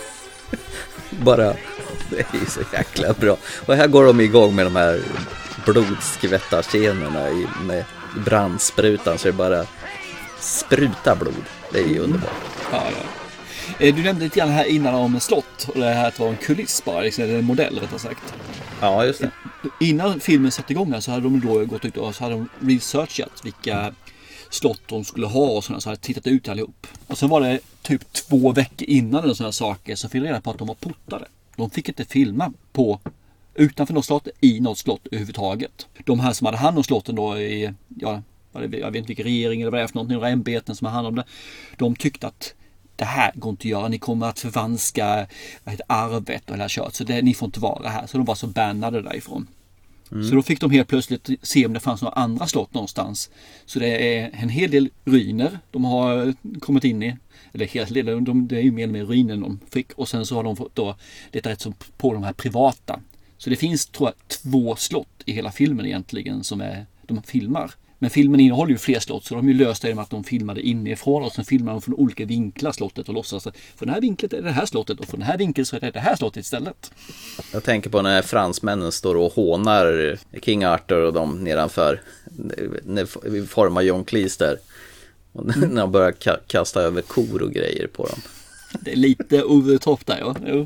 Bara, det är ju så jäkla bra. Och här går de igång med de här blodskvättarscenerna med brandsprutan så det bara sprutar blod. Det är ju underbart. Ja, ja. Du nämnde lite grann här innan om slott och det här att det var en kuliss bara, liksom, en modell rättare sagt. Ja, just det. Innan filmen satte igång så hade de då gått ut och så hade de researchat vilka slott de skulle ha och sådana, så hade tittat ut allihop. Och sen var det typ två veckor innan eller sådana saker så fick reda på att de var portade. De fick inte filma på utanför något slott i något slott överhuvudtaget. De här som hade hand om slotten då i, ja, jag vet inte vilken regering eller vad det är för något, några ämbeten som har hand om det. De tyckte att det här går inte att göra, ni kommer att förvanska vad heter, arvet och hela kört, så det, ni får inte vara här. Så de var så bannade därifrån. Mm. Så då fick de helt plötsligt se om det fanns några andra slott någonstans. Så det är en hel del ruiner de har kommit in i. Eller helt del, de, det är ju mer eller mer ruiner de fick. Och sen så har de fått då leta rätt på de här privata. Så det finns, tror jag, två slott i hela filmen egentligen som är, de filmar. Men filmen innehåller ju fler slott, så de har ju löst det genom att de filmade inifrån och sen filmade de från olika vinklar slottet och låtsas att för den här vinkeln är det här slottet och för den här vinkeln så är det det här slottet istället. Jag tänker på när fransmännen står och hånar King Arthur och de nedanför, när vi formar John Cleese där. Och när de börjar ka- kasta över kor och grejer på dem. Det är lite over the top där, ja. Jo.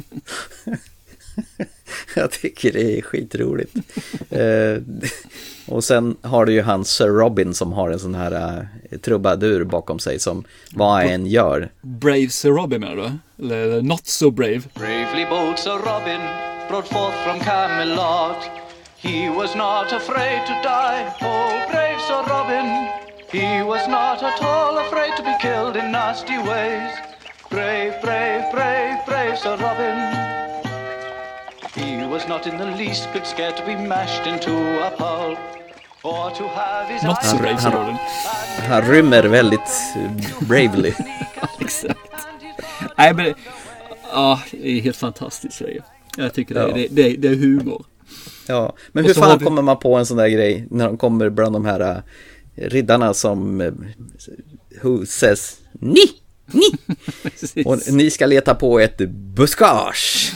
Jag tycker det är skitroligt. eh, och sen har du ju han Sir Robin som har en sån här uh, trubadur bakom sig som vad han än gör. Brave Sir Robin menar du? Eller not so brave? Bravely bold Sir Robin brought forth from Camelot. He was not afraid to die. Oh, brave Sir Robin. He was not at all afraid to be killed in nasty ways. Brave, brave, brave, brave Sir Robin. He was not in the least bit scared to be mashed into a pulp or to have his Not so brave Sir Robin. Han rymmer väldigt bravely. Exakt. Nej, men ja, det är helt fantastiskt serie. Jag tycker det, ja. det, det, det är humor. Ja, men och hur fan vi... kommer man på en sån där grej när de kommer bland de här uh, riddarna som uh, who says ni, ni. Och ni ska leta på ett buskage.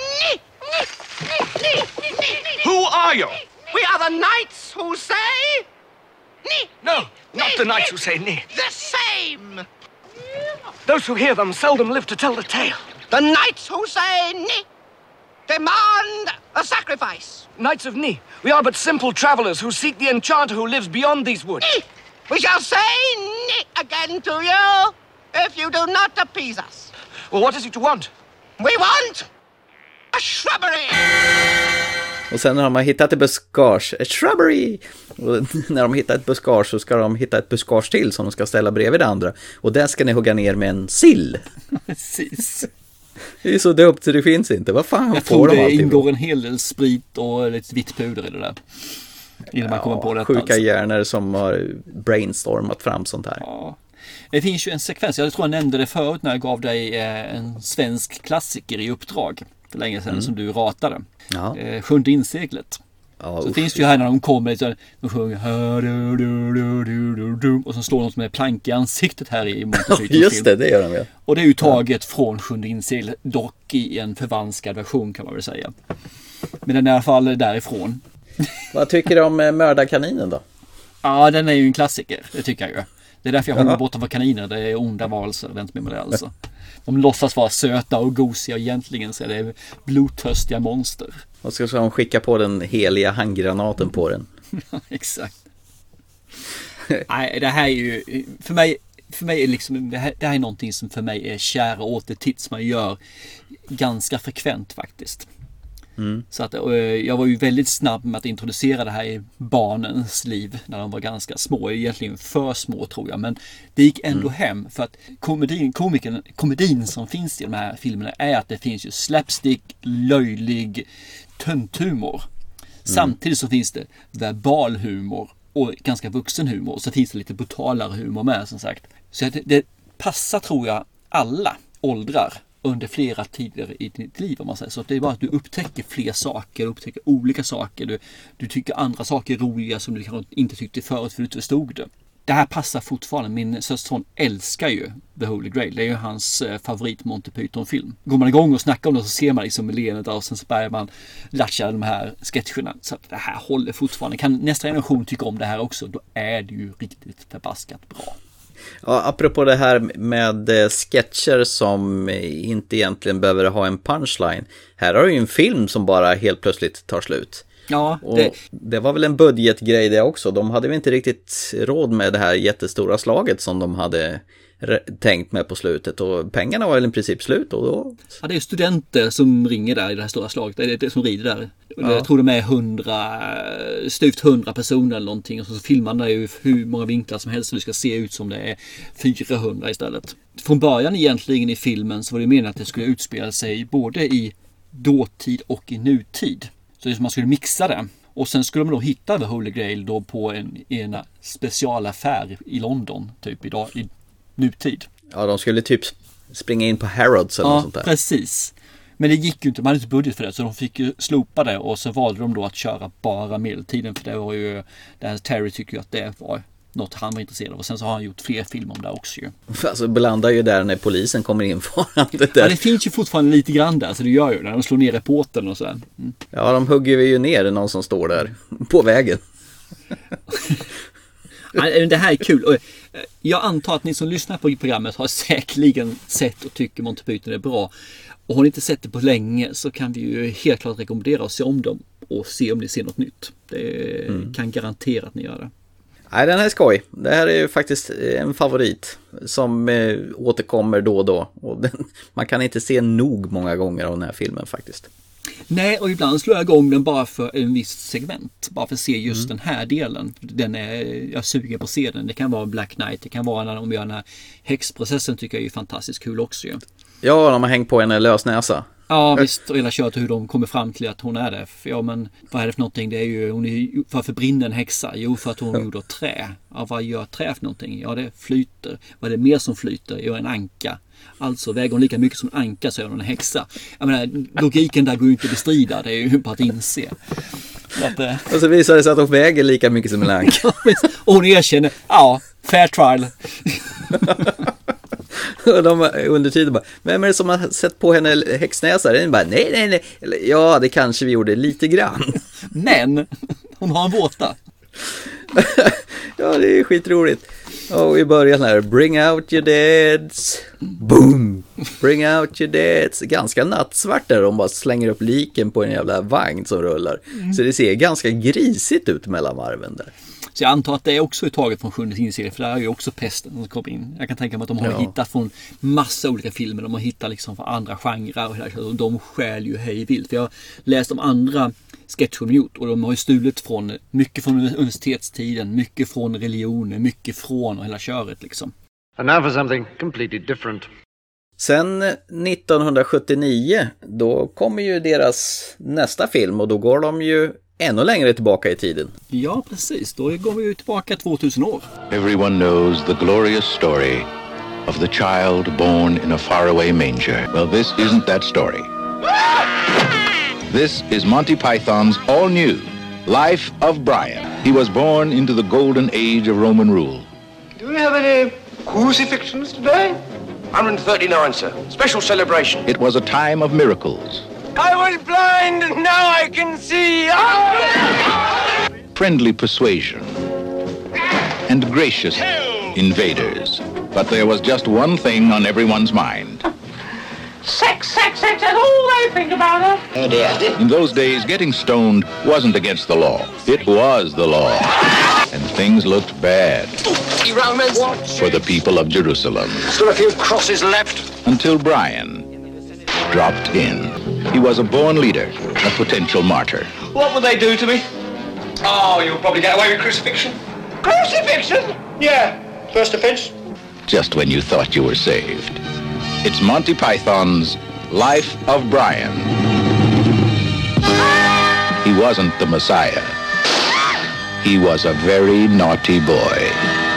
Who are you? We are the knights who say... Ni! No, not the knights who say ni. The same! Those who hear them seldom live to tell the tale. The knights who say ni demand a sacrifice. Knights of Ni, we are but simple travelers who seek the enchanter who lives beyond these woods. Ni! We shall say ni again to you if you do not appease us. Well, what is it you want? We want a shrubbery! Och sen när de har hittat ett buskage, ett shrubbery, och när de hittar ett buskage så ska de hitta ett buskage till som de ska ställa bredvid det andra. Och där ska ni hugga ner med en sill. Precis. Det är så dumt så det finns inte. Vad fan jag får tror de det alltid ingår på? en hel del sprit och lite vitt puder i det där. Innan ja, man kommer på detta. Sjuka alltså. hjärnor som har brainstormat fram sånt här. Ja. Det finns ju en sekvens, jag tror jag nämnde det förut när jag gav dig en svensk klassiker i uppdrag för länge sedan mm. som du ratade. Ja. Eh, Sjunde inseglet. Ja, så usch. Finns det ju här när de kommer lite, de sjunger och så slår de med plank i ansiktet här i Monty Just det, det gör de ju. Och det är ju taget ja. från Sjunde inseglet, dock i en förvanskad version kan man väl säga. Men den är i alla fall därifrån. Vad tycker du om Mördarkaninen då? Ja, den är ju en klassiker, det tycker jag ju. Det är därför jag håller borta för kaniner. Det är onda varelser, vänt med mig det alltså. De låtsas vara söta och gosiga och egentligen så är det blodtörstiga monster. Och så ska de skicka på den heliga handgranaten på den. Exakt. Nej, det här är ju för mig, för mig är liksom, det här, det här är någonting som för mig är kära återtitt som man gör ganska frekvent faktiskt. Mm. Så att, jag var ju väldigt snabb med att introducera det här i barnens liv när de var ganska små, egentligen för små tror jag, men det gick ändå mm. hem för att komedin, komikern, komedin som finns i de här filmerna är att det finns ju slapstick, löjlig tönthumor. Mm. Samtidigt så finns det verbalhumor och ganska vuxen humor och så finns det lite brutalare humor med som sagt. Så det, det passar tror jag alla åldrar under flera tider i ditt liv om man säger så. Det är bara att du upptäcker fler saker, du upptäcker olika saker, du, du tycker andra saker är roliga som du kanske inte tyckte förut för du inte förstod det. Det här passar fortfarande. Min systerson älskar ju The Holy Grail. Det är ju hans favorit Monty Python-film. Går man igång och snackar om det så ser man liksom leendet och sen så börjar man latcha de här sketcherna. Så att det här håller fortfarande. Kan nästa generation tycka om det här också, då är det ju riktigt förbaskat bra. Ja, apropå det här med sketcher som inte egentligen behöver ha en punchline. Här har du ju en film som bara helt plötsligt tar slut. Ja, det... Och det var väl en budgetgrej det också. De hade väl inte riktigt råd med det här jättestora slaget som de hade tänkt med på slutet. Och pengarna var väl i princip slut. Och då... Ja, det är studenter som ringer där i det här stora slaget. Det är det som rider där. Ja. Jag tror de är hundra, styvt hundra personer eller någonting. Och så filmar man ju hur många vinklar som helst. Så det ska se ut som det är fyrahundra istället. Från början egentligen i filmen så var det meningen att det skulle utspela sig både i dåtid och i nutid. Så man skulle mixa det. Och sen skulle man då hitta The Holy Grail då på en, en specialaffär i London. Typ idag, i nutid. Ja, de skulle typ springa in på Harrods eller ja, något sånt där. Precis. Men det gick ju inte, man hade inte budget för det, så de fick ju slopa det och så valde de då att köra bara medeltiden, för det var ju, det här Terry tycker ju att det var något han var intresserad av, och sen så har han gjort fler filmer om det också ju. Alltså blandar ju där när polisen kommer in farande där. Ja, det finns ju fortfarande lite grann där, så det gör ju när de slår ner reportern och sådär. Mm. Ja, de hugger ju ner någon som står där på vägen. Det här är kul, och jag antar att ni som lyssnar på programmet har säkerligen sett och tycker Monty Python är bra. Och har ni inte sett det på länge så kan vi ju helt klart rekommendera att se om dem och se om ni ser något nytt. Det mm. kan garantera att ni gör det. Nej, den här är skoj. Det här är ju faktiskt en favorit som eh, återkommer då och då. Och den, man kan inte se nog många gånger av den här filmen faktiskt. Nej, och ibland slår jag igång den bara för en viss segment. Bara för att se just mm. den här delen. Den är, jag suger på att se den. Det kan vara Black Knight. Det kan vara när de gör den här häxprocessen, tycker jag är fantastiskt kul också ju. Ja, de har hängt på en lösnäsa. Ja, visst. Och hela kört hur de kommer fram till att hon är det. För, ja, men vad är det för någonting? Det är ju, hon är, varför brinner en häxa? Jo, för att hon är gjord av trä. Ja, vad gör trä för någonting? Ja, det flyter. Vad är det mer som flyter? Jo, en anka. Alltså väger hon lika mycket som en anka, så är hon en häxa. Jag menar, logiken där går ju inte att bestrida. Det är ju bara att inse. Att, eh... Och så visar det sig att hon väger lika mycket som en anka. Och hon erkänner, ja, fair trial. Och de under tiden bara, vem är det som har sett på henne häxnäsar? Den bara, nej, nej, nej. Ja, det kanske vi gjorde lite grann. Men, hon har en våta. Ja, det är skitroligt. Och i början här, bring out your deads. Boom! Bring out your deads. Ganska nattsvart där, de bara slänger upp liken på en jävla vagn som rullar. Mm. Så det ser ganska grisigt ut mellan varven där. Så jag antar att det är också ett taget från sjunde sinserien, för där är ju också pesten som kom in. Jag kan tänka mig att de har ja. hittat från massa olika filmer, de har hittat liksom från andra genrer och de skäl ju hej vilt. För jag har läst om andra sketcher de gjort och de har ju stulit från mycket från universitetstiden, mycket från religioner, mycket från och hela köret liksom. And now for something completely different. Sen nittonhundrasjuttionio, då kommer ju deras nästa film och då går de ju ännu längre tillbaka i tiden. Ja, precis. Då går vi ju tillbaka tvåtusen år. Everyone knows the glorious story of the child born in a faraway manger. Well, this isn't that story. This is Monty Python's all new Life of Brian. He was born into the golden age of Roman rule. Do we have any crucifixions today? one hundred thirty-nine, sir. Special celebration. It was a time of miracles. I was blind and now I can see. Oh! Friendly persuasion and gracious invaders. But there was just one thing on everyone's mind. Sex, sex, sex, that's all they think about it. Oh dear. In those days, getting stoned wasn't against the law. It was the law. And things looked bad for the people of Jerusalem. Still a few crosses left. Until Brian dropped in. He was a born leader, a potential martyr. What would they do to me? Oh, you'll probably get away with crucifixion. Crucifixion? Yeah. First offense. Just when you thought you were saved. It's Monty Python's Life of Brian. He wasn't the Messiah. He was a very naughty boy.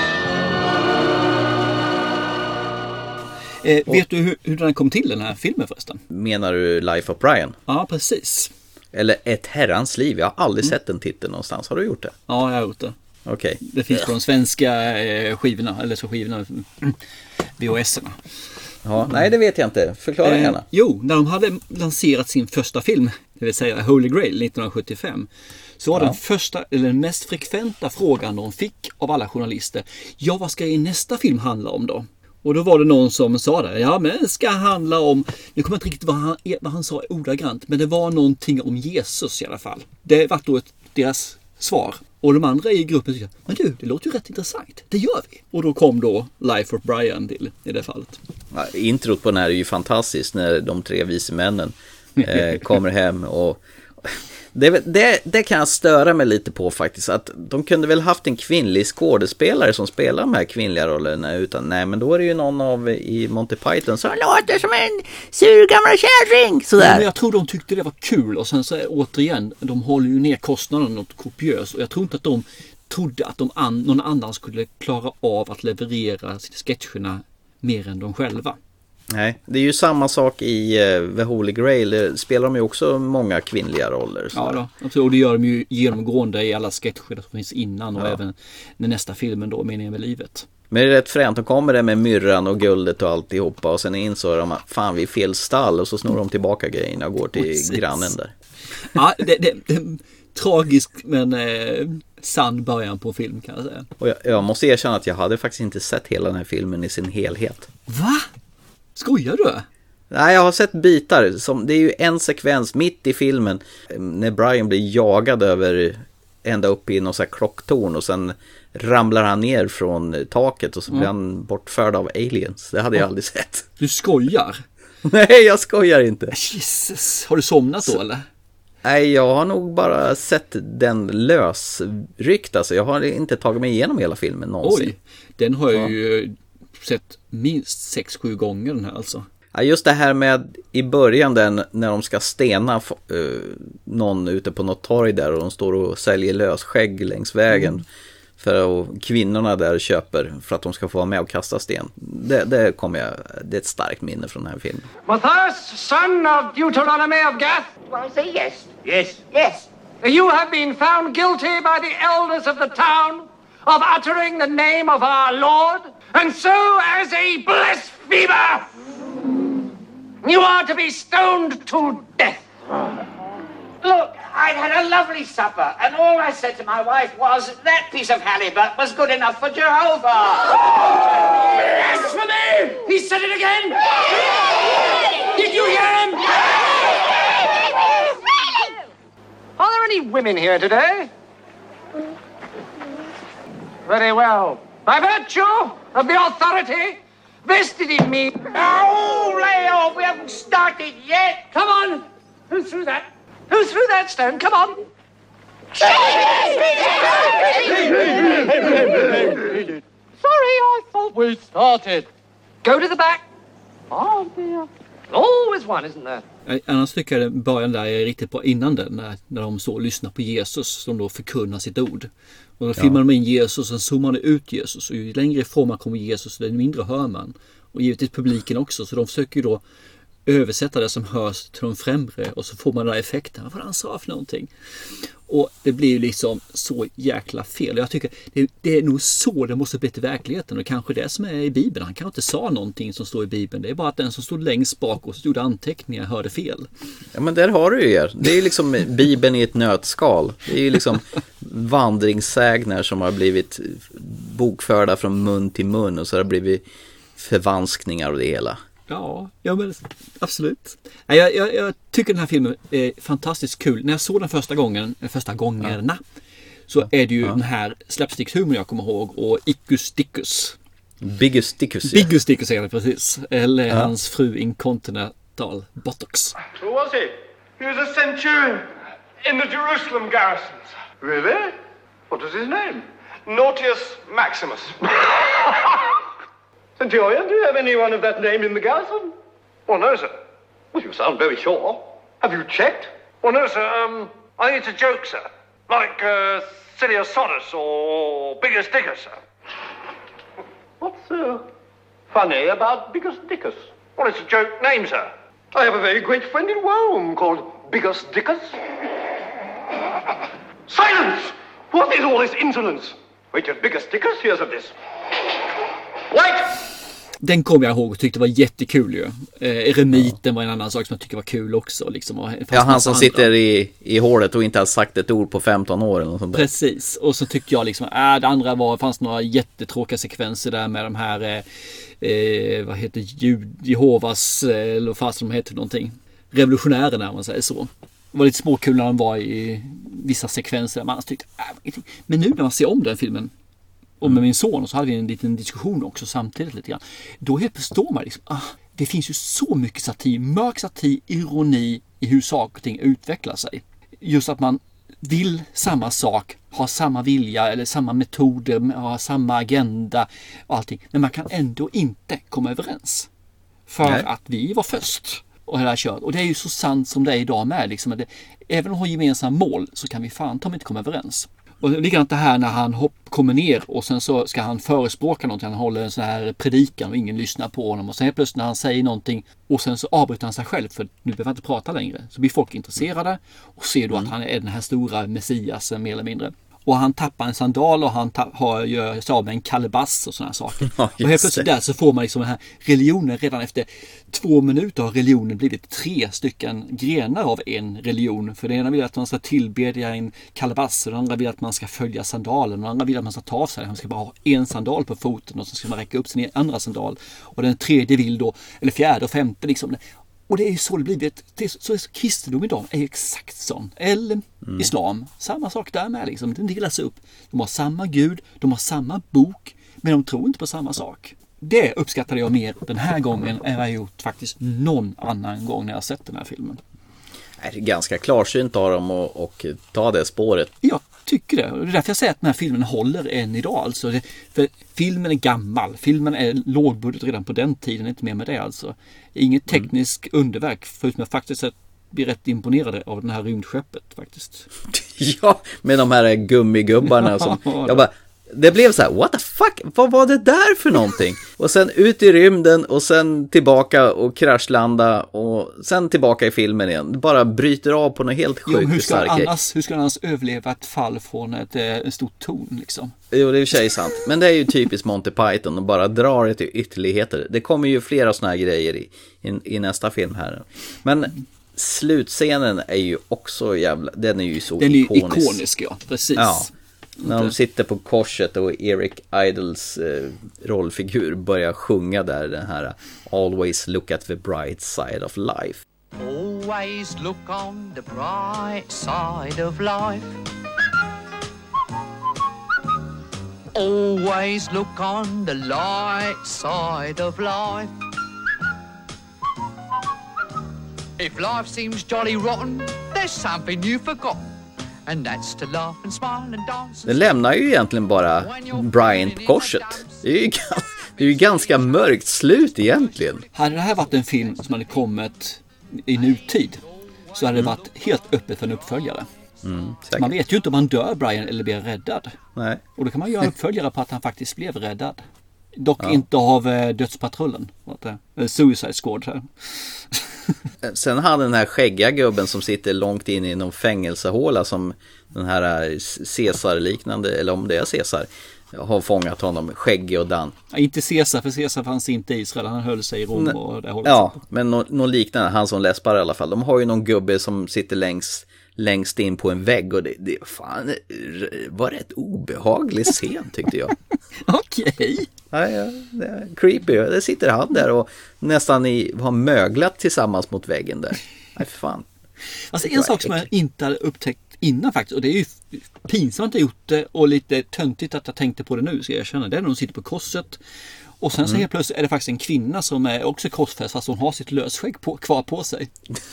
Eh, vet du hur, hur den kom till, den här filmen förresten? Menar du Life of Brian? Ja, precis. Eller Ett herrans liv. Jag har aldrig mm. sett den titeln någonstans. Har du gjort det? Ja, jag har gjort det. Okej. Okay. Det finns på de svenska eh, skivorna, eller så skivorna, V H S-erna. Ja, nej, det vet jag inte. Förklara eh, gärna. Jo, när de hade lanserat sin första film, det vill säga Holy Grail nittonhundrasjuttiofem, så var ja. den första, eller den mest frekventa frågan de fick av alla journalister: ja, vad ska en nästa film handla om då? Och då var det någon som sa det, ja men ska handla om, nu kommer jag inte riktigt vad han, vad han sa ordagrant, men det var någonting om Jesus i alla fall. Det var då ett, deras svar. Och de andra i gruppen tyckte, men du, det låter ju rätt intressant, det gör vi. Och då kom då Life of Brian till i det fallet. Ja, introt på den här är ju fantastiskt när de tre vise männen eh, kommer hem och Det, det, det kan jag störa mig lite på faktiskt, att de kunde väl haft en kvinnlig skådespelare som spelar de här kvinnliga rollerna, utan nej, men då är det ju någon av i Monty Python som låter som en sur gammal kärring sådär. Men jag tror de tyckte det var kul, och sen så är, återigen, de håller ju ner kostnaden något kopiöst, och jag tror inte att de trodde att de an, någon annan skulle klara av att leverera sketcherna mer än de själva. Nej, det är ju samma sak i uh, The Holy Grail. Det spelar de ju också många kvinnliga roller. Så. Ja, då. Och det gör de ju genomgående i alla sketcher som finns innan och ja. även den nästa filmen då, Meningen med livet. Men det är rätt fränt, de kommer där med myrran och guldet och alltihopa och sen insåg de att fan, vi är fel stall och så snor de tillbaka grejerna och går till Precis. grannen där. Ja, det, det, det tragisk men eh, sann början på film kan jag säga. Och jag, jag måste erkänna att jag hade faktiskt inte sett hela den här filmen i sin helhet. Va? Skojar du? Nej, jag har sett bitar. Som, det är ju en sekvens mitt i filmen när Brian blir jagad över ända upp i någon sån här klocktorn och sen ramlar han ner från taket och så blir mm. han bortförd av aliens. Det hade jag aldrig sett. Du skojar? Nej, jag skojar inte. Jesus, har du somnat då eller? Nej, jag har nog bara sett den lösryckt. Alltså, jag har inte tagit mig igenom hela filmen någonsin. Oj, den har jag ja. ju sett minst sex sju gånger den här alltså. Ja, just det här med i början den, när de ska stena uh, någon ute på något torg där och de står och säljer lösskägg längs vägen. Mm. För att kvinnorna där köper för att de ska få vara med och kasta sten. Det, det, kommer jag, det är ett starkt minne från den här filmen. Matthias, son of Deuteronomy of Gath. Well, I say yes. Yes. Yes. You have been found guilty by the elders of the town of uttering the name of our Lord, and so as a blasphemer, you are to be stoned to death. Look, I'd had a lovely supper, and all I said to my wife was that piece of halibut was good enough for Jehovah. Blasphemy! He said it again! Did you hear him? Are there any women here today? Very well. By virtue of the authority vested in me... Oh, lay off! We haven't started yet! Come on! Who threw that? Who threw that stone? Come on! Sorry, I thought we started. Go to the back. Oh dear. Always one, isn't there? Annars tycker jag början där är riktigt bra innan den, när, när de så lyssnar på Jesus som då förkunnar sitt ord. Och då filmar ja. de in Jesus och sen zoomar de ut Jesus. Och ju längre ifrån man kommer Jesus, desto mindre hör man. Och givetvis publiken också, så de försöker ju då översätta det som hörs till de främre och så får man den här effekten. Vad han sa för någonting? Och det blir ju liksom så jäkla fel. Jag tycker det, det är nog så det måste bli till verkligheten och kanske det som är i Bibeln. Han kanske inte sa någonting som står i Bibeln. Det är bara att den som stod längst bak och stod anteckningar hörde fel. Ja, men där har du ju er. Det är ju liksom Bibeln i ett nötskal. Det är ju liksom vandringssägner som har blivit bokförda från mun till mun och så har det blivit förvanskningar av det hela. Ja, ja men absolut. Jag, jag, jag tycker den här filmen är fantastiskt kul. När jag såg den första gången, första gångerna, ja. så är det ju ja. den här slapstick-humorn jag kommer ihåg och Ickus Dickus. Biggus Dickus. Ja. Biggus Dickus är det precis. Eller ja. hans fru Incontinental Botox. Who was he? He was a centurion in the Jerusalem garrisons. Really? What was his name? Nautius Maximus. Centurion, do you have anyone of that name in the garrison? Well, no, sir. Well, you sound very sure. Have you checked? Well, no, sir. Um, I think it's a joke, sir. Like uh, Siliosotus or Biggus Dickus, sir. What's uh, funny about Biggus Dickus? Well, it's a joke name, sir. I have a very great friend in Rome called Biggus Dickus. Silence! What is all this insolence? Wait till Biggus Dickus hears of this. Wait! Den kom jag ihåg och tyckte var jättekul ju. Eh, Eremiten var en annan sak som jag tyckte var kul också. Liksom. Och ja, han som andra. sitter i, i hålet och inte har sagt ett ord på femton år eller något sånt där. Precis, och så tyckte jag liksom, äh, det andra var, fanns några jättetråkiga sekvenser där med de här, eh, eh, vad heter Jud, Jehovas, eh, eller vad fast de heter någonting. Revolutionärerna, om man säger så. Det var lite småkul när de var i vissa sekvenser där man tyckte, äh, men nu när man ser om den filmen och med min son, och så hade vi en liten diskussion också samtidigt lite grann. Då helt förstår man liksom, ah, det finns ju så mycket satir, mörk satir, ironi i hur saker och ting utvecklar sig. Just att man vill samma sak, ha samma vilja eller samma metoder, ha samma agenda och allting. Men man kan ändå inte komma överens. För Nej. att vi var först och hela kört. Och det är ju så sant som det är idag med. Liksom, att det, även om vi har gemensamma mål så kan vi fan ta mig inte komma överens. Och likadant det här när han hopp, kommer ner och sen så ska han förespråka någonting. Han håller en sån här predikan och ingen lyssnar på honom. Och sen helt plötsligt när han säger någonting och sen så avbryter han sig själv för nu behöver han inte prata längre. Så blir folk intresserade och ser då att han är den här stora messiasen mer eller mindre. Och han tappar en sandal och han tapp, har, gör sig av med en kalebass och sådana saker. Ja, och helt plötsligt där så får man liksom den här religionen. Redan efter två minuter har religionen blivit tre stycken grenar av en religion. För det ena vill att man ska tillbedja en kalebass och det andra vill att man ska följa sandalen. Och det andra vill att man ska ta sig. Man ska bara ha en sandal på foten och så ska man räcka upp sin andra sandal. Och den tredje vill då, eller fjärde och femte liksom. Och det är ju så det blivit. Det är så, så kristendom idag är exakt sån. Eller mm. islam. Samma sak där med liksom. Den delas upp. De har samma gud. De har samma bok. Men de tror inte på samma sak. Det uppskattade jag mer den här gången än vad jag gjort faktiskt någon annan gång när jag sett den här filmen. Det är ganska klarsynt av dem och, och ta det spåret. Jag tycker det. Och det är därför jag säger att den här filmen håller än idag. Alltså det, för filmen är gammal. Filmen är lågbudget redan på den tiden. Inte mer med det alltså. Inget tekniskt mm. underverk. Förutom att faktiskt blir rätt imponerade av den här rymdskeppet faktiskt. Ja, med de här gummigubbarna som... jag bara, det blev så här, what the fuck? Vad var det där för någonting? Och sen ut i rymden och sen tillbaka och kraschlanda och sen tillbaka i filmen igen. Bara bryter av på något helt sjukt. Jo, hur ska han annars, hur ska han annars överleva ett fall från ett, ett stort torn liksom? Jo, det är ju tjej sant. Men det är ju typiskt Monty Python och bara drar det till ytterligheter. Det kommer ju flera såna här grejer i, i, i nästa film här. Men slutscenen är ju också jävla, den är ju så den ikonisk. Den är ikonisk, ja, precis. Ja. När de sitter på korset och Eric Idles eh, rollfigur börjar sjunga där den här Always look at the bright side of life. Always look on the bright side of life. Always look on the light side of life. If life seems jolly rotten, there's something you've forgotten. And that's to laugh and smile and dance. Den lämnar ju egentligen bara Brian på korset. Det är ju, det är ju ganska mörkt slut egentligen. Hade det här varit en film som hade kommit i nutid så hade det varit helt öppet för en uppföljare. Mm, man vet ju inte om han dör Brian eller blir räddad. Nej. Och då kan man göra uppföljare på att han faktiskt blev räddad. Dock ja. inte av Dödspatrullen. Suicide Squad här. Sen hade den här skäggiga gubben som sitter långt in i någon fängelsehåla som den här Caesar-liknande, eller om det är Caesar, har fångat honom, skäggig och dan. Ja, inte Caesar, för Caesar fanns inte i Israel, han höll sig i Rom och det hållet. Ja, men någon, någon liknande, han som läspar i alla fall. De har ju någon gubbe som sitter längst, längst in på en vägg och det, det fan, var rätt obehaglig scen tyckte jag. Okej. Okay. Ja, ja, det är creepy. Det sitter han där och nästan i, har möglat tillsammans mot väggen där. Nej, fan. Alltså en sak som jag inte hade upptäckt innan faktiskt, och det är ju pinsamt att jag gjort det och lite töntigt att jag tänkte på det nu, ska jag känna. Det är när de sitter på korset och sen så mm. helt plötsligt är det faktiskt en kvinna som är också korsfäst fast hon har sitt lösskägg på, kvar på sig.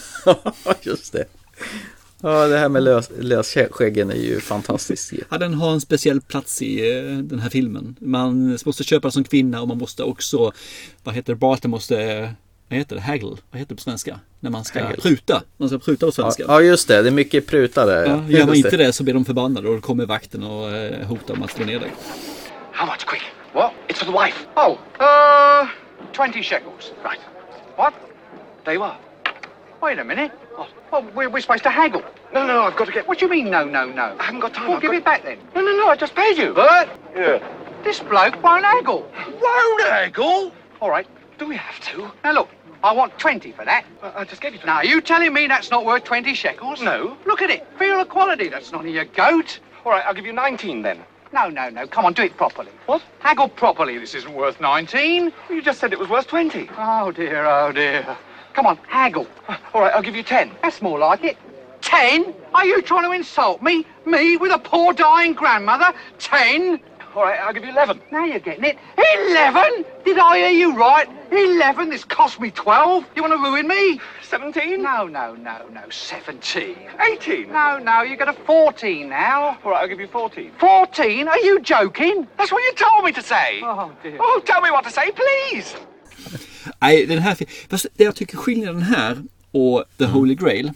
Just det. Ja, det här med lös, lösskäggen är ju fantastiskt. Ja, den har en speciell plats i uh, den här filmen. Man måste köpa det som kvinna och man måste också, vad heter det, Barton måste, vad heter det, haggle, vad heter det på svenska? När man ska haggle. pruta, man ska pruta på svenska. Ja, ja, just det, det är mycket prutade. Ja, gör man inte det. det så blir de förbannade och då kommer vakten och uh, hotar om att slå ner dig. How much, quick? What? It's for the wife. Oh, uh, twenty shekels. Right. What? There you are. Wait a minute. Oh, well, we're, we're supposed to haggle. No, no, no, I've got to get... What do you mean, no, no, no? I haven't got time. Well, I've give got... it back then. No, no, no, I just paid you. Bert? Yeah. This bloke won't haggle. Won't haggle? All right, do we have to? Now, look, I want twenty for that. Uh, I just gave you twenty. Now, are you telling me that's not worth twenty shekels? No. Look at it. Feel the quality. That's not in your goat. All right, I'll give you nineteen then. No, no, no. Come on, do it properly. What? Haggle properly. This isn't worth nineteen. Well, you just said it was worth twenty. Oh, dear, oh, dear. Come on, haggle. All right, I'll give you ten. That's more like it. Ten? Are you trying to insult me? Me, with a poor dying grandmother? Ten? All right, I'll give you eleven. Now you're getting it. Eleven? Did I hear you right? Eleven? This cost me twelve. You want to ruin me? Seventeen? No, no, no, no. Seventeen. Eighteen? No, no, you got a fourteen now. All right, I'll give you fourteen. Fourteen? Are you joking? That's what you told me to say. Oh, dear. Oh, tell me what to say, please. Nej, den här, fast det jag tycker skillnaden här och The Holy Grail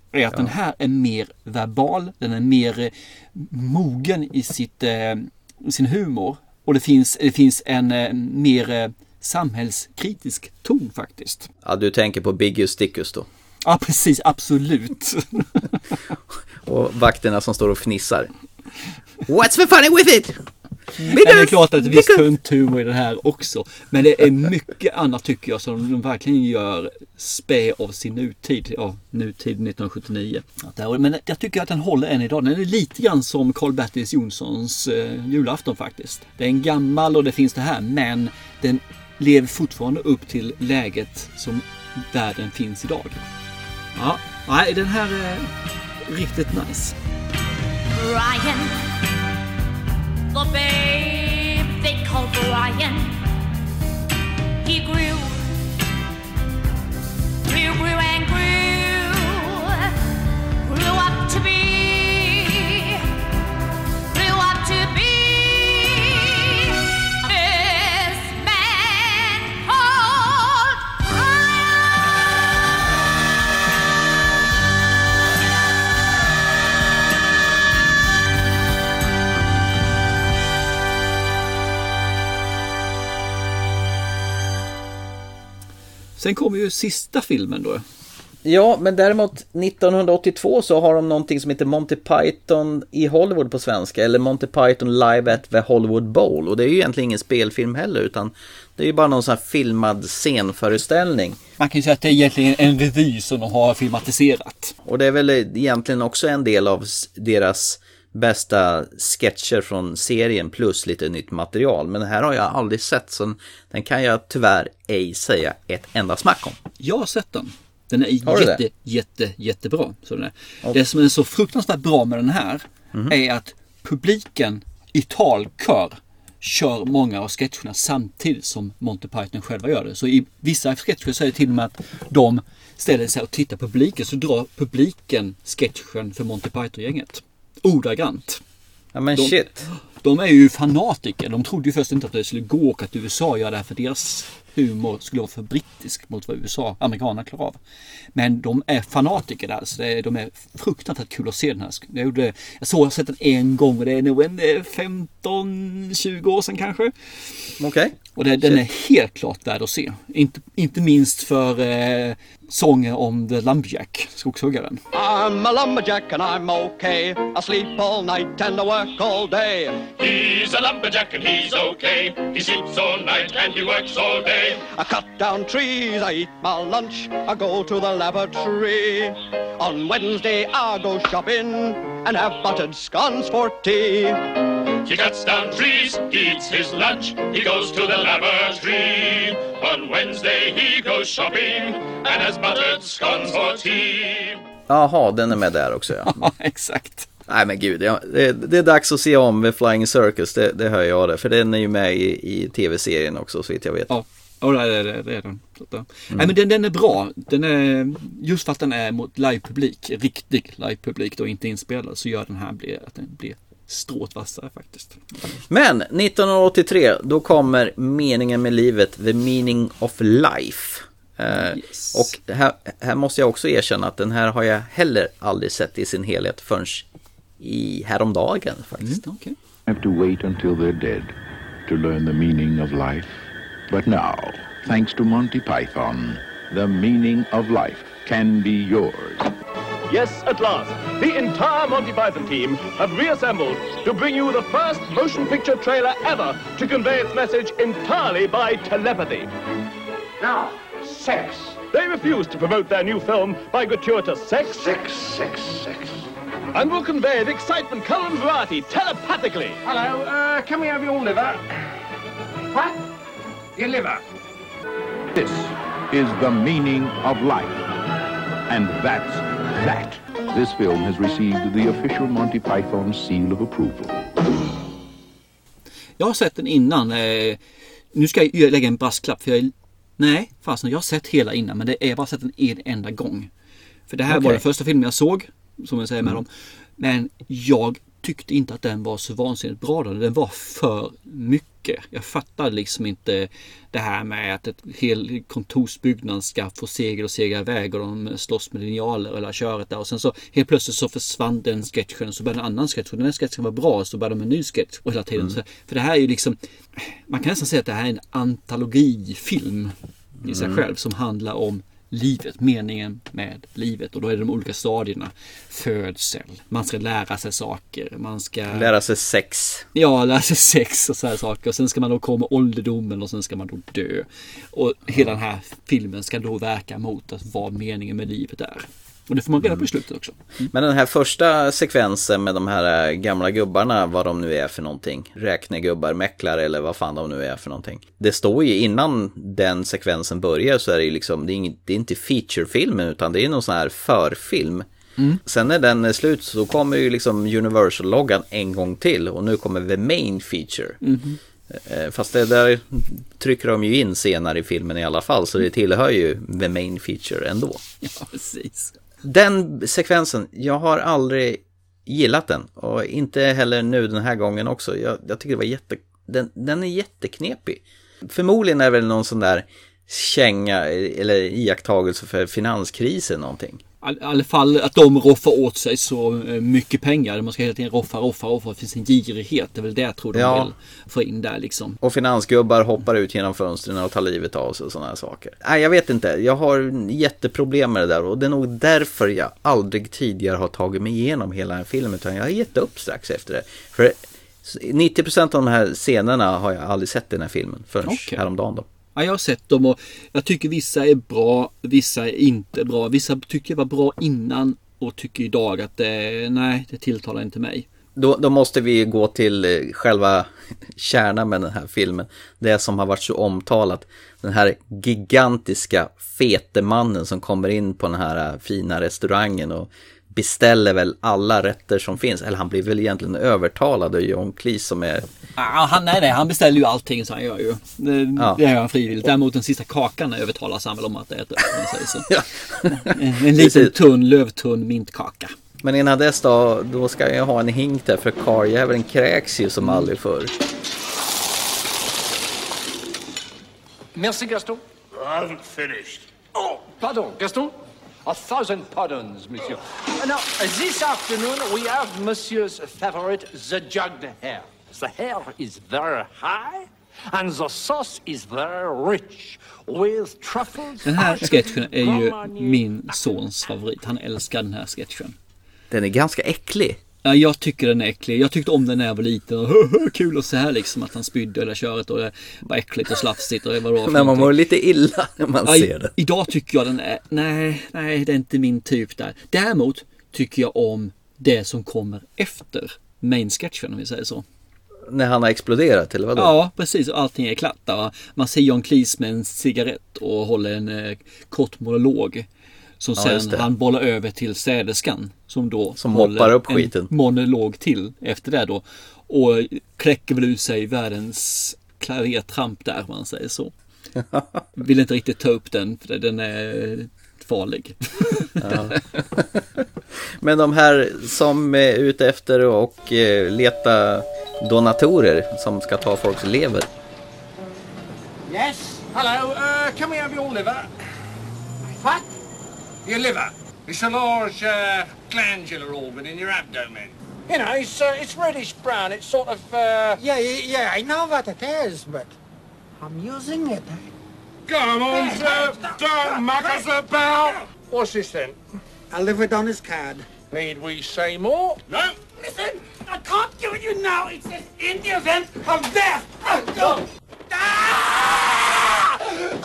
är att ja. den här är mer verbal, den är mer eh, mogen i sitt, eh, sin humor. Och det finns, det finns en eh, mer eh, samhällskritisk ton faktiskt. Ja, du tänker på Biggus Dickus då? Ja, precis, absolut. Och vakterna som står och fnissar. What's the funny with it? Men det är klart att det finns humor i det här också. Men det är mycket annat tycker jag som de verkligen gör spä av sin nutid. Ja, nutid nittonhundrasjuttionio. Men jag tycker att den håller än idag. Den är lite grann som Karl-Bertil Jonssons eh, julafton faktiskt. Det är en gammal och det finns det här. Men den lever fortfarande upp till läget som världen finns idag. Ja, nej, den här är riktigt nice. Brian, the babe they call Brian, he grew, grew, grew and grew, grew up to be, grew up to be this man called Sen kommer ju sista filmen då. Ja, men däremot nittonhundraåttiotvå så har de någonting som heter Monty Python i Hollywood på svenska. Eller Monty Python Live at the Hollywood Bowl. Och det är ju egentligen ingen spelfilm heller, utan det är ju bara någon sån här filmad scenföreställning. Man kan ju säga att det är egentligen en revy som de har filmatiserat. Och det är väl egentligen också en del av deras bästa sketcher från serien plus lite nytt material. Men det här har jag aldrig sett, så den kan jag tyvärr ej säga ett enda smack om. Jag har sett den. Den är jätte, jätte, jätte, jättebra. Så den är. Okay. Det som är så fruktansvärt bra med den här mm-hmm. är att publiken i talkör kör många av sketcherna samtidigt som Monty Python själva gör det. Så i vissa sketcher så är det till och med att de ställer sig och tittar på publiken, så drar publiken sketchen för Monty Python-gänget. Ordagrant. Ja men de, shit. De är ju fanatiker. De trodde ju först inte att det skulle gå och att U S A gör det här, för deras humor skulle vara för brittisk mot vad U S A, amerikanerna klarar av. Men de är fanatiker där, så det är, de är fruktansvärt kul att se den här. Jag, gjorde, jag såg jag sett den en gång och det är nog en femton tjugo år sedan kanske. Okej. Okay. Och det, den är helt klart värd att se. Inte, inte minst för eh, sånger om The Lumberjack, skogshuggaren. I'm a lumberjack and I'm okay. I sleep all night and I work all day. He's a lumberjack and he's okay. He sleeps all night and he works all day. I cut down trees, I eat my lunch, I go to the laboratory. On Wednesday I go shopping and have buttered scones for tea. He cuts down trees, he eats his lunch, he goes to the laboratory. On Wednesday he goes shopping and has buttered scones for tea. Jaha, den är med där också, ja. Ja, exakt. Nej men gud, ja, det, det är dags att se om The Flying Circus, det, det hör jag det. För den är ju med i, i tv-serien också, så vitt jag vet. Ja, ja det, är, det, det är den. Mm. Nej, men den, den är bra. Den är, just för att den är mot livepublik, riktig livepublik då, inte inspelad, så gör den här blir, att den blir stråt vassare faktiskt. Men nittonhundraåttiotre, då kommer meningen med livet, The Meaning of Life. Uh, yes. Och här, här måste jag också erkänna att den här har jag heller aldrig sett i sin helhet förrän i häromdagen faktiskt. Mm, okay. Have to wait until they're dead to learn the meaning of life. But now, thanks to Monty Python, the meaning of life can be yours. Yes, at last, the entire Monty Python team have reassembled to bring you the first motion picture trailer ever to convey its message entirely by telepathy. Now, sex. They refuse to promote their new film by gratuitous sex. Sex, sex, sex. And will convey the excitement, colour and variety telepathically. Hello, uh, can we have your liver? What? Your liver? This is the meaning of life. And that's that. This film has received the official Monty Python seal of approval. Jag har sett den innan. Eh, nu ska jag lägga en brasklapp för jag Nej, fast jag har sett hela innan, men det är bara sett den en enda gång. För det här okay. var den första filmen jag såg, som jag säger med mm. dem. Men jag tyckte inte att den var så vansinnigt bra då. Den var för mycket. Jag fattar liksom inte det här med att ett hel kontorsbyggnad ska få segel och segla iväg och de slåss med linjaler eller köret där. Och sen så helt plötsligt så försvann den sketchen, så började en annan sketch. Och den här sketchen var bra, så började de en ny sketch och hela tiden. Mm. Så, för det här är ju liksom, man kan nästan säga att det här är en antologifilm i sig mm. själv som handlar om livet, meningen med livet, och då är det de olika stadierna. Födsel, man ska lära sig saker, man ska lära sig sex. Ja, lära sig sex och så här saker, och sen ska man då komma ålderdomen och sen ska man då dö. Och hela den här filmen ska då verka mot att vad meningen med livet är. Och det får man reda på i slutet också. Mm. Men den här första sekvensen med de här gamla gubbarna, vad de nu är för någonting, räknegubbar, mäklare eller vad fan de nu är för någonting. Det står ju innan den sekvensen börjar, så är det ju liksom, det är, inget, det är inte featurefilmen utan det är någon sån här förfilm. Mm. Sen när den är slut så kommer ju liksom Universal-loggan en gång till, och nu kommer the main feature. Mm. Fast det där trycker de ju in senare i filmen i alla fall, så det tillhör ju the main feature ändå. Ja, precis. Den sekvensen, jag har aldrig gillat den, och inte heller nu den här gången också. Jag, jag tycker det var jätte, den, den är jätteknepig. Förmodligen är väl någon sån där känga eller iakttagelse för finanskrisen någonting. I alla fall att de roffar åt sig så mycket pengar. Man ska hela tiden roffa, roffa, roffa. Det finns en girighet. Det är väl det jag tror de ja. vill få in där liksom. Och finansgubbar hoppar ut genom fönstren och tar livet av sig och sådana här saker. Nej, jag vet inte. Jag har jätteproblem med det där. Och det är nog därför jag aldrig tidigare har tagit mig igenom hela den filmen. Utan jag har gett upp strax efter det. För nittio procent av de här scenerna har jag aldrig sett i den här filmen förrän okay. häromdagen då. Ja, jag har sett dem och jag tycker vissa är bra, vissa är inte bra. Vissa tycker jag var bra innan och tycker idag att det, nej, det tilltalar inte mig. Då, då måste vi gå till själva kärnan med den här filmen. Det som har varit så omtalat. Den här gigantiska fetemannen som kommer in på den här fina restaurangen och beställer väl alla rätter som finns. Eller han blir väl egentligen övertalad av John Cleese som är... Ah, han, nej, nej, han beställer ju allting så han gör ju. Det, ja. det gör han frivilligt. Däremot den sista kakan övertalas han väl om att äta. Så. Ja. En, en liten tunn, lövtunn mintkaka. Men innan dess då, då ska jag ha en hink där för karljäveln kräks ju som mm. aldrig förr. Merci Gaston. I haven't finished. Oh, pardon Gaston. A thousand pardons, monsieur. Now, this afternoon we have monsieur's favorite, the jugged hare. The hare is very high and the sauce is very rich with truffles. Den här sketchen är ju min sons favorit. Han älskar den här sketchen. Den är ganska äcklig. Ja, jag tycker den är äcklig. Jag tyckte om den när jag var liten. Kul och så här liksom att han spydde eller köret och det var äckligt och slafsigt och det var bra. Men man mår lite illa när man ja, ser det. Idag tycker jag den är nej, nej, det är inte min typ där. Däremot tycker jag om det som kommer efter main sketchen, om vi säger så. När han har exploderat eller vadå? Ja, precis. Och allting är klart där. Man ser John Cleese med en cigarett och håller en eh, kort monolog. Som ja, sen han bollar över till städerskan som då som hoppar upp skiten. En monolog till efter det då. Och kläcker väl ut sig världens klavertramp där, man säger så. Vill inte riktigt ta upp den för den är farlig. Ja. Men de här som är ute efter och leta donatorer som ska ta folks lever. Yes. Hello, uh, can we have your liver? What? Your liver. It's a large uh, glandular organ in your abdomen. You know, it's uh, it's reddish brown. It's sort of uh... yeah, yeah. I know what it is, but I'm using it. Come on, sir. Don't muck us about. What's this then? I'll live it on his card. Need we say more? No. Listen, I can't give it you now. It says in the event of death. Oh, go. Ah!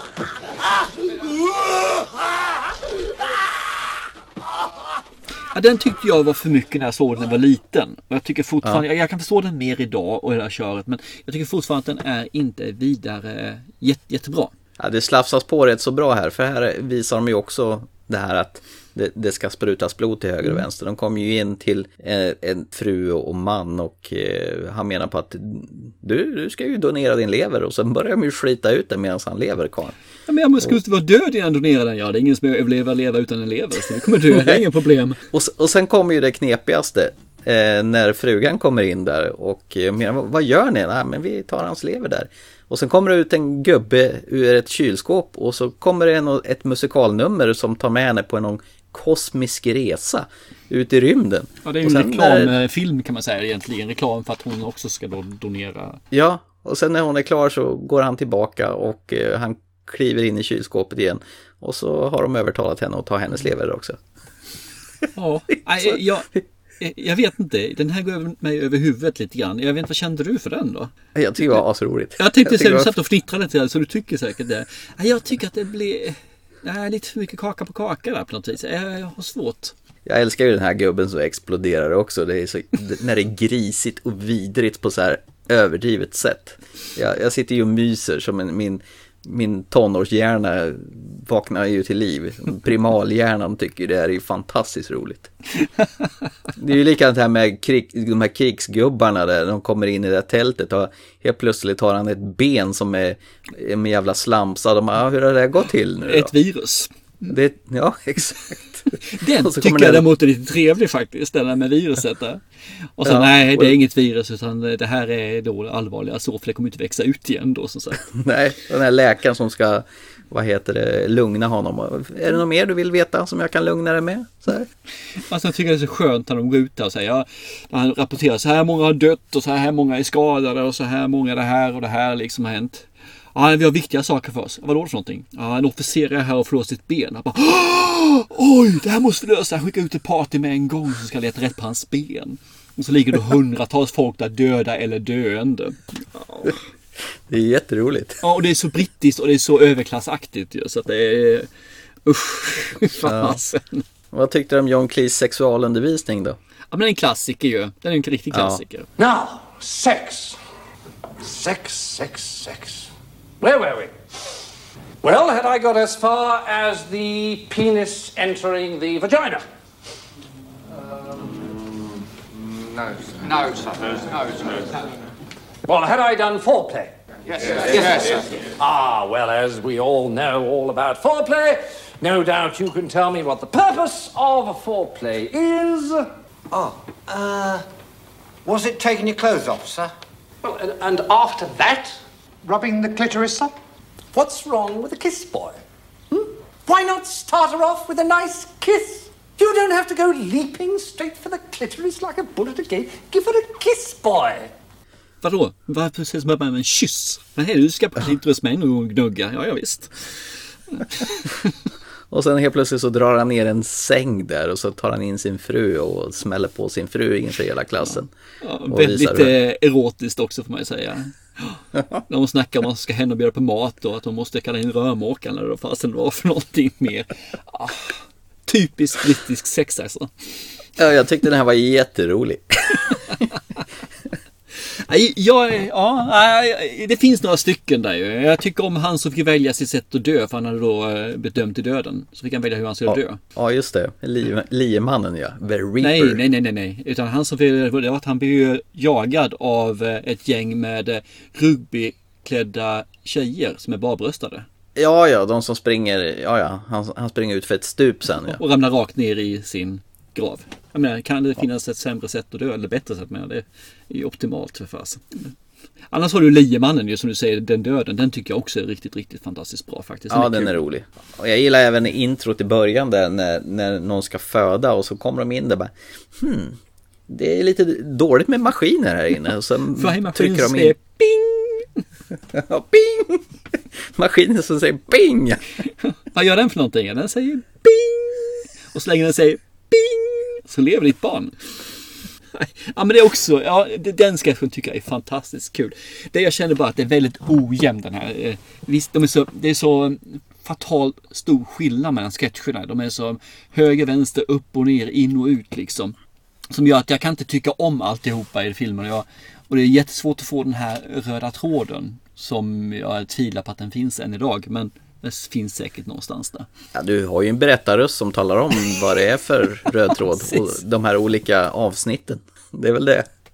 Ja, den tyckte jag var för mycket när jag såg den när jag var liten. Och jag tycker fortfarande, ja. jag, jag kan förstå den mer idag och hela köret, men jag tycker fortfarande att den är inte vidare jätte, jättebra. Ja, det slafsas på rätt så bra här, för här visar de ju också det här att det, det ska sprutas blod till höger och vänster. De kommer ju in till eh, en fru och man och eh, han menar på att du, du ska ju donera din lever, och sen börjar de ju skita ut den medan han lever, karl. Ja, men jag skulle inte vara död innan donera den. Ja, det är ingen som överlever leva utan en lever, så det kommer dö, det är inga problem. Och, och sen kommer ju det knepigaste. eh, när frugan kommer in där och eh, menar, vad gör ni? Nej, men vi tar hans lever där. Och sen kommer det ut en gubbe ur ett kylskåp och så kommer det en, ett musikalnummer som tar med henne på en kosmisk resa ut i rymden. Ja, det är ju en reklamfilm kan man säga egentligen. Reklam för att hon också ska då donera. Ja, och sen när hon är klar så går han tillbaka och eh, han kliver in i kylskåpet igen. Och så har de övertalat henne att ta hennes lever också. Ja, jag, jag, jag vet inte. Den här går mig över huvudet lite grann. Jag vet inte, vad kände du för den då? Jag tycker det var asroligt. Jag tänkte att du satt och fnittrade till det, så du tycker säkert det. Jag tycker att det blir nej, lite för mycket kaka på kaka där på något vis. Jag, jag har svårt. Jag älskar ju den här gubben som exploderar också. Det är så, när det är grisigt och vidrigt på så här överdrivet sätt. Jag, jag sitter ju och myser som en, min... Min tonårshjärna vaknar ju till liv. Primalhjärnan tycker det är ju fantastiskt roligt. Det är ju likadant här med krig, de här krigsgubbarna där de kommer in i det här tältet och helt plötsligt har han ett ben som är en jävla slamsa. De bara, hur har det gått till nu då? Ett virus. Det, ja, exakt. Den tycker jag däremot är lite trevlig faktiskt, den här med viruset där. Och så ja, nej, det är inget virus utan det här är då allvarliga så för det kommer inte växa ut igen då som sagt. Nej, den här läkaren som ska, vad heter det, lugna honom. Är det något mer du vill veta som jag kan lugna dig med? Så här. Alltså jag tycker det är så skönt när de går ut där och säger, ja, när han rapporterar så här många har dött och så här många är skadade och så här många det här och det här liksom har hänt. Ja, vi har viktiga saker för oss. Vad är det för någonting? Ja, en officer är här och förlorar sitt ben. Bara, oj, det här måste vi lösa. Skicka ut ett party med en gång som ska leta rätt på hans ben. Och så ligger det hundratals folk där döda eller döende. Ja. Det är jätteroligt. Ja, och det är så brittiskt och det är så överklassaktigt ju, så att det är usch, fasen. Ja. Vad tyckte du om John Cleese sexualundervisning då? Ja, men det är en klassiker ju. Det är en riktig klassiker. Ja. Now, sex. Sex, sex, sex. Where were we? Well, had I got as far as the penis entering the vagina? Um, no, no, sir. No, sir. Well, had I done foreplay? Yes, sir. Yes, yes, yes, sir. Ah, well, as we all know all about foreplay, no doubt you can tell me what the purpose of foreplay is. Oh, uh, was it taking your clothes off, sir? Well, and, and after that? Rubbing the clitoris, sir? What's wrong with a kiss, boy? Hmm? Why not start her off with a nice kiss? You don't have to go leaping straight for the clitoris like a bullet again. Give her a kiss, boy. Vadå? Varför precis med en kyss? Vad är det? Du ska på klitoris med en och gnugga. Ja, ja visst. Och sen helt plötsligt så drar han ner en säng där och så tar han in sin fru och smäller på sin fru inför hela klassen. Ja, ja, väldigt hur... erotiskt också får man ju säga. När hon snackar om att man ska henne och bjuda på mat och att hon måste kalla in rörmokaren eller vad fasen det var för någonting mer. Ah, typisk brittisk sex alltså. Ja, jag tyckte den här var jätterolig. Ja, ja, det finns några stycken där ju. Jag tycker om han som fick välja sitt sätt att dö, för han hade då bedömt till döden. Så fick han välja hur han skulle ja, dö. Ja, just det. Liemannen, ja. The Reaper. Nej, nej, nej, nej, nej. Utan han som ville, det var att han blev jagad av ett gäng med rugbyklädda tjejer som är barbröstade. Ja, ja, de som springer, ja, ja, han, han springer ut för ett stup sen. Ja. Och ramlar rakt ner i sin grav. Jag menar, kan det finnas ett sämre sätt att dö eller bättre sätt? Men det är ju optimalt för fasen. Annars har du Liemannen ju, som du säger, den döden. Den tycker jag också är riktigt, riktigt fantastiskt bra faktiskt. Den ja, är den kul. är rolig. Och jag gillar även introt i början där när, när någon ska föda och så kommer de in där bara, hmm, det är lite dåligt med maskiner här inne. Och sen trycker de in. Bing! Ja, bing! Maskinen som säger bing! Vad gör den för någonting? Den säger bing! Och så länge den säger bing! Så lever ditt barn. Ja, men det är också, ja, den sketchen tycker jag är fantastiskt kul. Det jag känner bara att det är väldigt ojämn den här. Visst, de är så, det är så fatalt stor skillnad mellan sketcherna. De är så höger, vänster, upp och ner, in och ut liksom. Som gör att jag kan inte tycka om alltihopa i filmen. Jag, och det är jättesvårt att få den här röda tråden som jag tvivlar på att den finns än idag. Men det finns säkert någonstans där. Ja, du har ju en berättarröst som talar om vad det är för röd tråd och de här olika avsnitten. Det är väl det.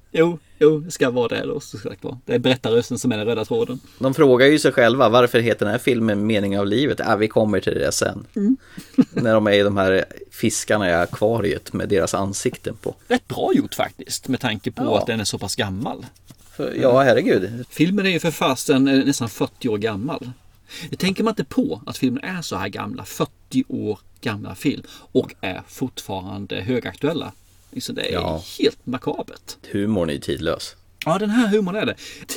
Jo, jo, det ska vara det då, så sagt var. Det är berättarrösten som är den röda tråden. De frågar ju sig själva, varför heter den här filmen Mening av livet? Ja, vi kommer till det sen. Mm. När de är i de här fiskarna i akvariet med deras ansikten på. Rätt bra gjort faktiskt, med tanke på ja. att den är så pass gammal. För, ja, herregud. Filmen är ju för fasen nästan fyrtio år gammal. Det tänker man inte på, att filmen är så här gamla, fyrtio år gamla film, och är fortfarande högaktuella. Så det är ja. helt makabert. Humorn är tidlös. Ja, den här humorn är det.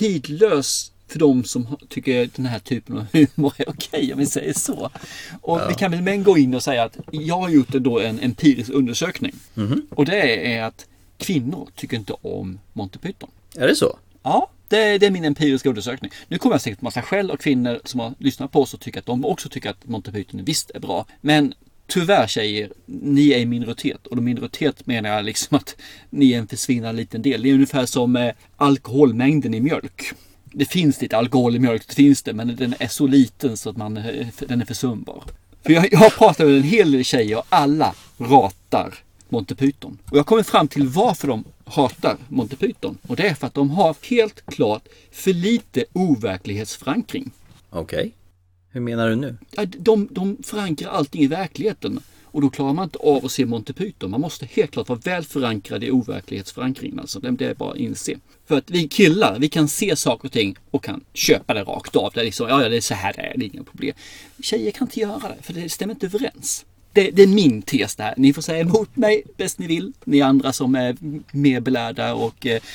Tidlös för de som tycker den här typen av humor är okej, om vi säger så. Och ja. vi kan väl med en gå in och säga att jag har gjort då en empirisk undersökning. Mm-hmm. Och det är att kvinnor tycker inte om Monty Python. Är det så? Ja, det, det är min empiriska undersökning. Nu kommer jag säkert massa skäll och kvinnor som har lyssnat på oss och tycker att de också tycker att Monty Python visst är bra. Men tyvärr tjejer, ni är i minoritet. Och då minoritet menar jag liksom att ni är en försvinnande liten del. Det är ungefär som eh, alkoholmängden i mjölk. Det finns lite alkohol i mjölk, det finns det, men den är så liten så att man, den är försumbar. För jag, jag har pratat med en hel del tjejer och alla ratar Monty Python. Och jag kommer fram till varför de hatar Monty Python. Och det är för att de har helt klart för lite overklighetsförankring. Okej. Okay. Hur menar du nu? De, de förankrar allting i verkligheten. Och då klarar man inte av att se Monty Python. Man måste helt klart vara väl förankrad i overklighetsförankringen. Alltså. Det är bara att inse. För att vi killar, vi kan se saker och ting och kan köpa det rakt av. Det är liksom, ja, det är så här det är, det är inga problem. Tjejer kan inte göra det, för det stämmer inte överens. Det, det är min tes där. Ni får säga emot mig bäst ni vill. Ni andra som är mer belärda och eh,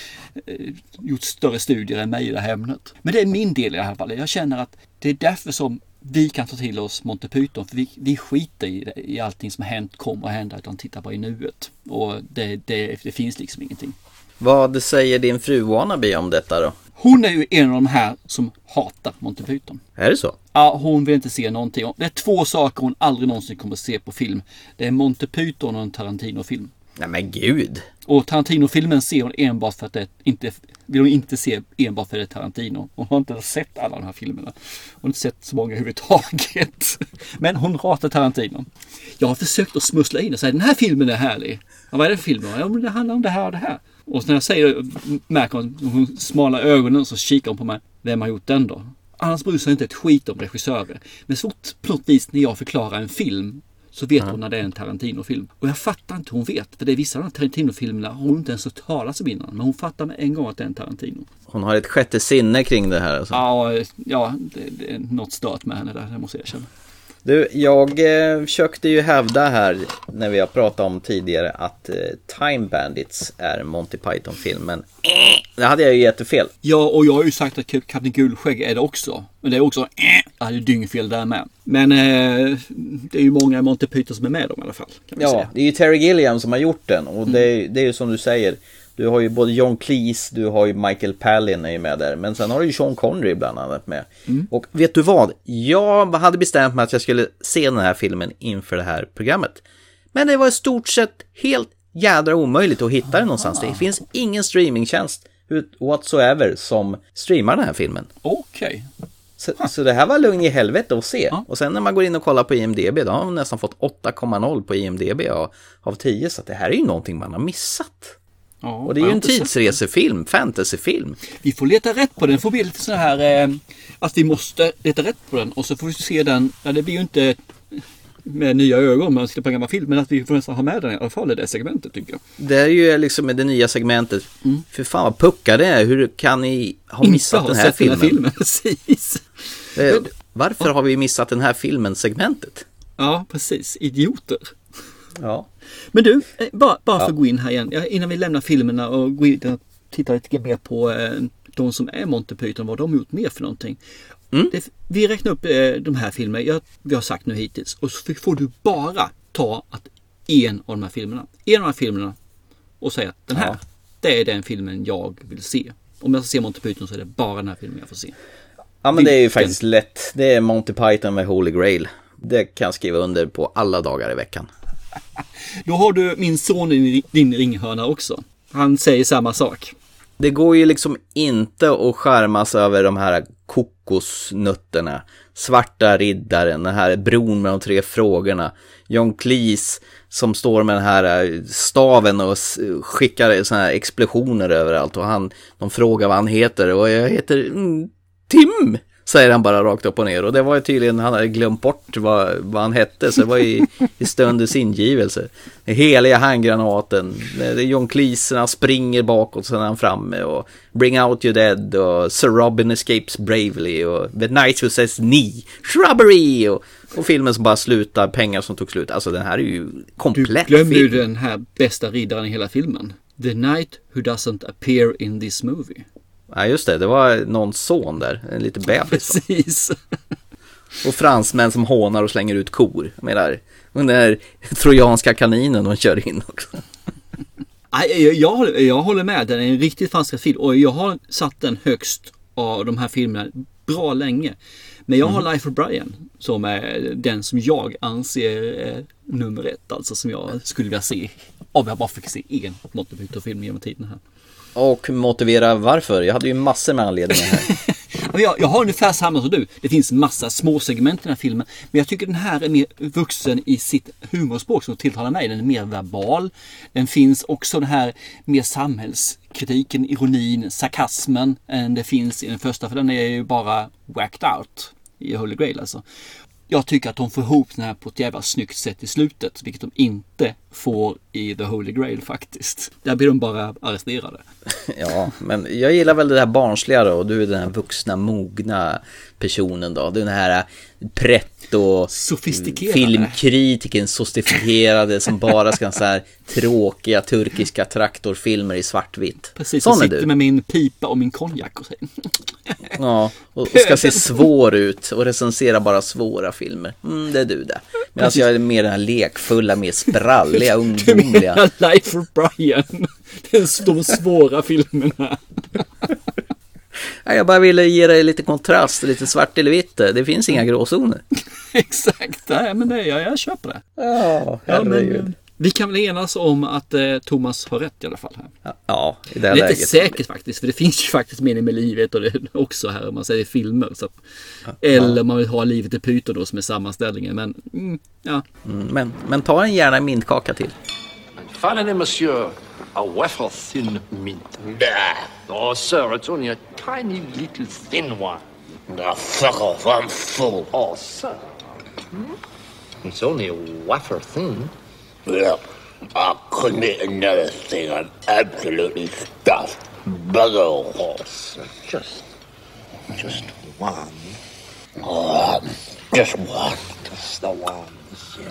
gjort större studier än mig i det här ämnet. Men det är min del i det här fallet. Jag känner att det är därför som vi kan ta till oss Monty Python. För vi, vi skiter i, i allting som har hänt, kommer att hända, utan tittar bara i nuet. Och det, det, det finns liksom ingenting. Vad säger din fru Wannabe om detta då? Hon är ju en av de här som hatar Monty Python. Är det så? Ja, hon vill inte se någonting. Det är två saker hon aldrig någonsin kommer att se på film. Det är Monty Python och en Tarantino-film. Nej men gud. Och Tarantino-filmen ser hon enbart för att det inte, vill hon inte se enbart för det är Tarantino. Hon har inte sett alla de här filmerna. Hon har inte sett så många överhuvudtaget. Men hon ratar Tarantino. Jag har försökt att smussla in och säga den här filmen är härlig. Ja, vad är det för film? Ja, men det handlar om det här och det här. Och när jag säger det, märker hon, hon smalar ögonen, så kikar hon på mig. Vem har gjort den då? Annars bryr sig inte ett skit om regissörer. Men så fort på något vis när jag förklarar en film, så vet mm. hon när det är en Tarantino-film. Och jag fattar inte hon vet. För det är vissa av de Tarantino-filmerna har hon inte ens hört talas om innan. Men hon fattar med en gång att det är en Tarantino. Hon har ett sjätte sinne kring det här alltså. Ja, ja det, det är något stört med henne där, det måste jag erkänna. Du, jag eh, försökte ju hävda här när vi har pratat om tidigare att eh, Time Bandits är Monty Python-film, men eh, det hade jag ju jättefel. Ja, och jag har ju sagt att Kapten Gulskägg är det också. Men det är också, eh, jag hade dyngfel där med. Men eh, det är ju många Monty Python som är med dem i alla fall. Kan ja, säga. Det är ju Terry Gilliam som har gjort den, och mm. det, det är ju som du säger. Du har ju både John Cleese, du har ju Michael Palin är ju med där. Men sen har du ju Sean Connery bland annat med. Mm. Och vet du vad? Jag hade bestämt mig att jag skulle se den här filmen inför det här programmet. Men det var i stort sett helt jädra omöjligt att hitta den någonstans. Det finns ingen streamingtjänst whatsoever som streamar den här filmen. Okej. Okay. Så, så det här var lugn i helvete att se. Ja. Och sen när man går in och kollar på I M D B, då har man nästan fått åtta komma noll på I M D B av, av tio. Så det här är ju någonting man har missat. Ja, och det är ju en tidsresefilm, fantasyfilm. Vi får leta rätt på den. Det får bli lite så här eh, att vi måste leta rätt på den. Och så får vi se den. Ja, det blir ju inte med nya ögon man ska på gamla film. Men att vi får nästan ha med den i alla fall i det segmentet, tycker jag. Det är ju liksom med det nya segmentet. Mm. För fan vad pucka det är. Hur kan ni ha missat ha den här filmen? Den här filmen? Precis. Eh, varför ja. har vi missat den här filmen segmentet? Ja, precis. Idioter. Ja. Men du, bara, bara för att ja. gå in här igen, innan vi lämnar filmerna och går in och tittar lite mer på eh, de som är Monty Python, vad de har gjort mer för någonting. Mm. Det, vi räknar upp eh, de här filmerna, jag, vi har sagt nu hittills, och så får du bara ta att en av de här filmerna, en av de här filmerna och säga att den här, ja. det är den filmen jag vill se. Om jag ska se Monty Python så är det bara den här filmen jag får se. Ja, men det är ju faktiskt lätt. Det är Monty Python med Holy Grail. Det kan jag skriva under på alla dagar i veckan. Då har du min son i din ringhörna också. Han säger samma sak. Det går ju liksom inte att skärmas över de här kokosnötterna, Svarta riddaren, den här bron med de tre frågorna, John Cleese som står med den här staven och skickar såna här explosioner överallt, och han, de frågar vad han heter, och jag heter mm, Tim, säger han bara rakt upp och ner, och det var ju tydligen, han hade glömt bort vad, vad han hette, så det var i, i stundens ingivelse. Den heliga handgranaten, John Cleese, han springer bakåt, så är han framme, och Bring Out Your Dead, och Sir Robin Escapes Bravely, och The Knight Who Says Knee, Shrubbery, och, och filmen som bara slutar, pengar som tog slut. Alltså den här är ju komplett. Du glömde ju den här bästa riddaren i hela filmen, The Knight Who Doesn't Appear in This Movie. Ja just det, det var någon son där, en liten bebis. Precis. Och fransmän som hånar och slänger ut kor. Jag menar, den där trojanska kaninen de kör in också. Jag, jag, jag, håller, jag håller med, den är en riktigt fantastisk film, och jag har satt den högst av de här filmerna bra länge. Men jag har mm. Life of Brian som är den som jag anser är nummer ett, alltså som jag skulle vilja se, om jag bara fick se en Montebyto-film genom tiden här. Och motivera varför. Jag hade ju massor med anledningar här. jag, jag har ungefär samma som du. Det finns massa små segment i den här filmen. Men jag tycker den här är mer vuxen i sitt humorspråk som tilltalar mig. Den är mer verbal. Den finns också den här mer samhällskritiken, ironin, sarkasmen än det finns i den första. För den är ju bara whacked out i Holy Grail alltså. Jag tycker att de får ihop den här på ett jävla snyggt sätt i slutet, vilket de inte får i The Holy Grail faktiskt. Där blir de bara arresterade. Ja, men jag gillar väl det här barnsliga då, och du är den här vuxna, mogna personen då. Du är den här pretto filmkritiken, sofistikerade som bara ska så här tråkiga turkiska traktorfilmer i svartvitt. Precis, jag sitter med min pipa och min konjak och säger. Ja, och ska se svår ut och recensera bara svåra filmer. Mm, det är du där. Men alltså jag är mer den här lekfulla, mer spralliga, ungdomliga. Du menar Life of Brian, de svåra filmerna. Ja, jag bara ville ge dig lite kontrast, lite svart eller vitt. Det finns inga gråzoner. Exakt, nej, men det, jag, jag köper det. Ja, herregud. Ja, men, vi kan väl enas om att eh, Thomas har rätt i alla fall här. Ja, i det här lite läget. Lite säkert faktiskt, för det finns ju faktiskt mening med livet och det också här om man säger filmer. Så. Eller ja. Man vill ha livet i pyton då som är sammanställningen. Men, mm, ja. Mm, men, men ta en gärna mintkaka till. Finally, monsieur, a wafer thin mint. Oh, sir, it's only a tiny little thin one. The fuck off, I'm full. Oh, sir. Hmm? It's only a wafer thin. Look, I couldn't eat another thing. I'm absolutely stuffed. Bugger horse. Just, just one. Oh, just one. Just the one, monsieur.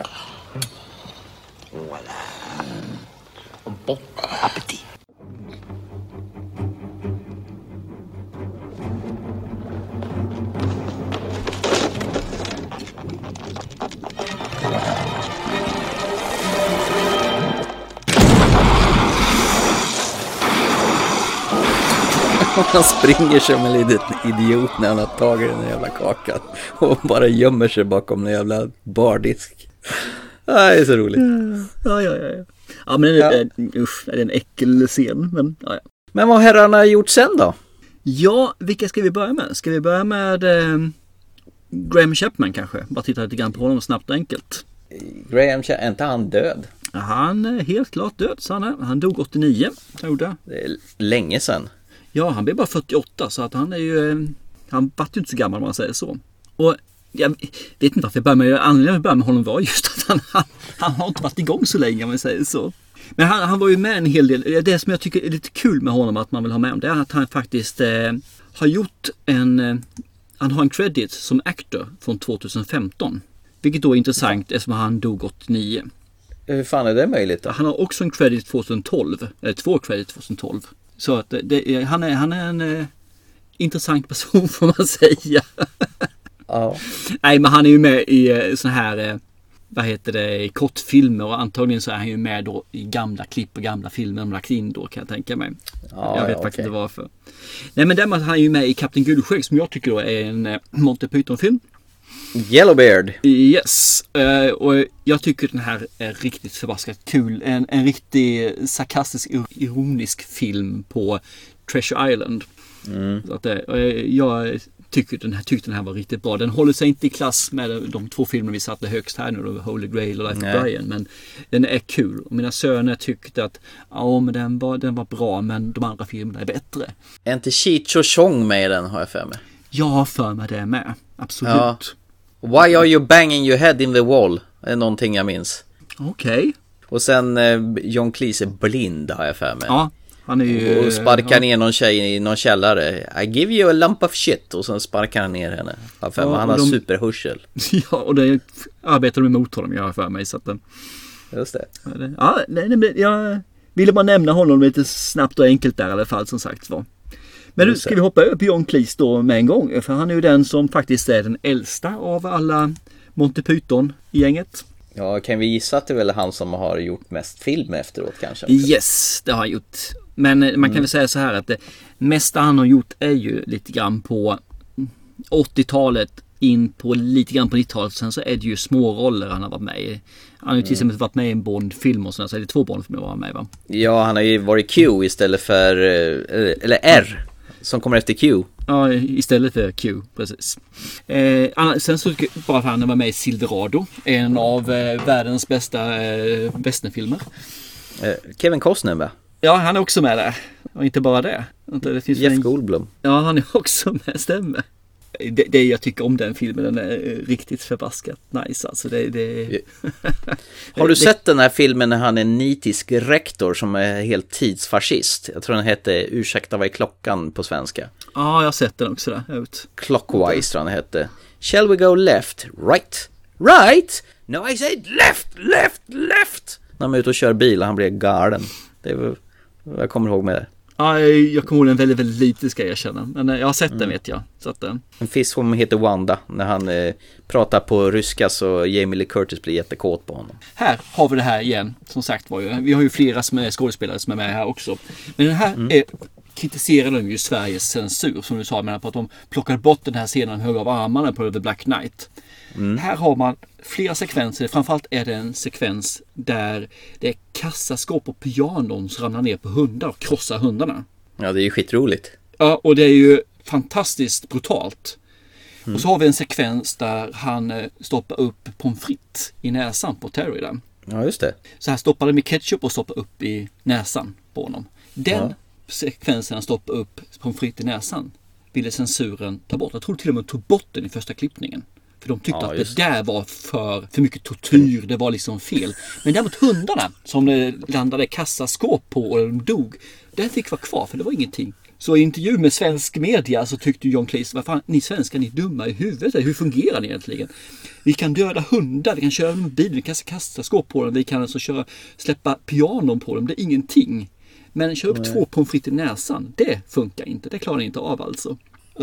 Voilà. Bon appétit. Han springer som en liten idiot när han har tagit den jävla kakan och bara gömmer sig bakom en jävla bardisk. Det är så roligt. Ja, ja, ja. Ja, men det är, ja. Usch, det är en äckelscen. Men, ja, ja. Men vad herrarna har gjort sen då? Ja, vilka ska vi börja med? Ska vi börja med eh, Graham Chapman kanske? Bara titta lite grann på honom snabbt och enkelt. Graham Chapman, är inte han död? Ja, han är helt klart död, så han är. Han dog åttionio, tror jag. Det är länge sedan. Ja, han blev bara fyrtioåtta, så att han är ju... Han var ju inte så gammal om man säger så. Och jag vet inte varför jag började med, anledningen jag började med honom var just att han, han, han har inte varit igång så länge om man säger så. Men han, han var ju med en hel del. Det som jag tycker är lite kul med honom att man vill ha med om det är att han faktiskt eh, har gjort en... Eh, han har en credit som actor från tjugohundrafemton. Vilket då är intressant eftersom han dog åttionio. Hur fan är det möjligt då? Han har också en credit tjugotolv. Eller två credit tjugotolv. Så att det, han, är, han är en eh, intressant person får man säga. Ja. Nej, men han är ju med i eh, så här, eh, vad heter det, kortfilmer, och antagligen så är han ju med då i gamla klipp och gamla filmer de lagt in då, kan jag tänka mig. Ja, jag vet ja, faktiskt okay. inte varför. Nej, men därmed han är ju med i Kapten Guldskegg som jag tycker då är en eh, Monty Python-film. Yellowbeard. Yes, uh, och jag tycker den här är riktigt förbaskat kul. En, en riktig sarkastisk, ironisk film på Treasure Island. Mm. Så att, uh, jag tycker den här, tyckte den här var riktigt bra. Den håller sig inte i klass med de två filmer vi satte högst här nu, då, Holy Grail och Life of Brian, men den är kul. Och mina söner tyckte att ja, men den var, den var bra, men de andra filmerna är bättre. Är inte Cheech och Chong med i den, har jag för mig? Jag har för mig det med, absolut. Ja. Why are you banging your head in the wall? Är någonting jag minns. Okej. Okay. Och sen eh, John Cleese är blind, har jag för mig. Ja, han är ju... Och sparkar ja. ner någon tjej i någon källare. I give you a lump of shit. Och sen sparkar han ner henne. Ja, för ja, han har de... superhursel. Ja, och det arbetar de emot honom, jag har för mig. Så att, just det. Ja, nej, nej, jag ville bara nämna honom lite snabbt och enkelt där i alla fall, som sagt var. Men nu ska vi hoppa över på John Cleese då med en gång. För han är ju den som faktiskt är den äldsta av alla Monty Python-gänget. Ja, kan vi gissa att det är väl han som har gjort mest film efteråt kanske? Yes, det har han gjort. Men man kan mm. väl säga så här att det mesta han har gjort är ju lite grann på åttiotalet in på lite grann på nittiotalet. Sen så är det ju små roller han har varit med i. Han har ju till exempel mm. varit med i en Bond-film och sådär, så är det två Bond-filmer var han med, va? Ja, han har ju varit Q istället för, eller R, som kommer efter Q. Ja, istället för Q, precis. Eh, sen så bara för han var med i Silverado, en av eh, världens bästa eh, westernfilmer. Eh, Kevin Costner, va? Ja, han är också med där. Och inte bara det. det finns Jeff en... Goldblum. Ja, han är också med, stämmer. Det, det jag tycker om den filmen, den är riktigt förbaskat nice. Alltså det, det... Har du sett den här filmen när han är en nitisk rektor som är helt tidsfascist? Jag tror den heter Ursäkta, vad är klockan på svenska? Ja, jag har sett den också där ut. Clockwise tror han hette. Shall we go left? Right? Right? No, I said left, left, left! När han är ute och kör bil och han blir galen. Det är vad jag kommer ihåg med det. Ja, jag kommer ihåg den väldigt, väldigt lite, ska jag erkänna. Men jag har sett den, mm. vet jag. Så att, en fisk som heter Wanda. När han eh, pratar på ryska så Jamie Lee Curtis blir jättekåt på honom. Här har vi det här igen. Som sagt var ju. Vi har ju flera som är skådespelare som är med här också. Men den här mm. är, kritiserar de ju Sveriges censur. Som du sa, men på att de plockade bort den här scenen hög av armarna på The Black Knight. Mm. Här har man flera sekvenser. Framförallt är det en sekvens där det är kassaskåp och pianon som ramlar ner på hundar och krossar hundarna. Ja, det är ju skitroligt. Ja, och det är ju fantastiskt brutalt. Mm. Och så har vi en sekvens där han stoppar upp pommes frites i näsan på Terry där. Ja, just det. Så här stoppar de med ketchup och stoppar upp i näsan på honom. Den ja. sekvensen han stoppar upp pommes frites i näsan ville censuren ta bort. Jag tror till och med tog bort den i första klippningen. För de tyckte ja, att det där var för, för mycket tortyr, det var liksom fel. Men däremot hundarna som det landade kassaskåp på och de dog, den fick vara kvar för det var ingenting. Så i intervju med svensk media så tyckte John Cleese, vad fan, ni svenskar, ni är dumma i huvudet. Hur fungerar ni egentligen? Vi kan döda hundar, vi kan köra en bil, vi kan kasta skåp på dem, vi kan alltså köra, släppa pianon på dem, det är ingenting. Men köra upp Nej. två pommes frites i näsan, det funkar inte, det klarar ni inte av alltså.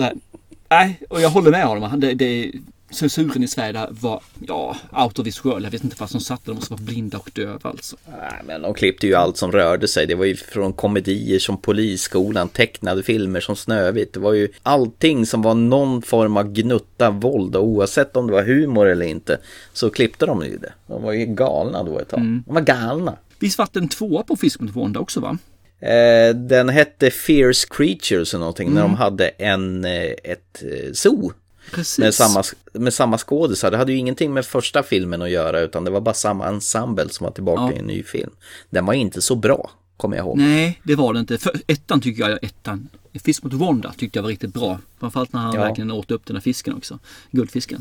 Nej, och jag håller med honom, det, det censuren i Sverige var, ja, out of this world. Jag vet inte vad som satt, de måste vara blinda och döva alltså. Nej, men de klippte ju allt som rörde sig. Det var ju från komedier som Polisskolan, tecknade filmer som Snövit. Det var ju allting som var någon form av gnutta våld, och oavsett om det var humor eller inte så klippte de ju det. De var ju galna då ett tag. Mm. De var galna. Visst var det en tvåa på Fisk mot Wanda också, va? Eh, den hette Fierce Creatures eller någonting, mm. när de hade en, ett zoo. Precis. Med samma, med samma skådisar. Det hade ju ingenting med första filmen att göra, utan det var bara samma ensemble som var tillbaka ja. i en ny film. Den var inte så bra, kommer jag ihåg. Nej, det var det inte. För ettan tycker jag, ettan Fisk mot Wanda tyckte jag var riktigt bra. Framförallt när han ja. verkligen åt upp den här fisken också. Guldfisken.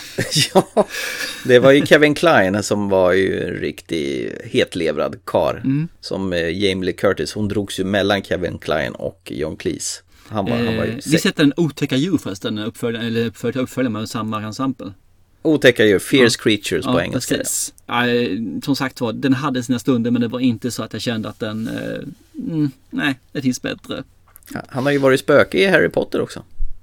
Ja, det var ju Kevin Kline som var ju en riktig hetlevrad kar. Mm. Som Jamie Lee Curtis. Hon drogs ju mellan Kevin Kline och John Cleese. Han var, eh, han var ju vi sätter en otäcka djur förresten, uppföljare, eller uppföljare, uppföljare med samma ensemble. Otäcka djur, Fierce ja. Creatures på ja, engelska. Precis. Ja, som sagt var, den hade sina stunder, men det var inte så att jag kände att den, eh, mm, nej, det finns bättre. Ja, han har ju varit spöke i Harry Potter också.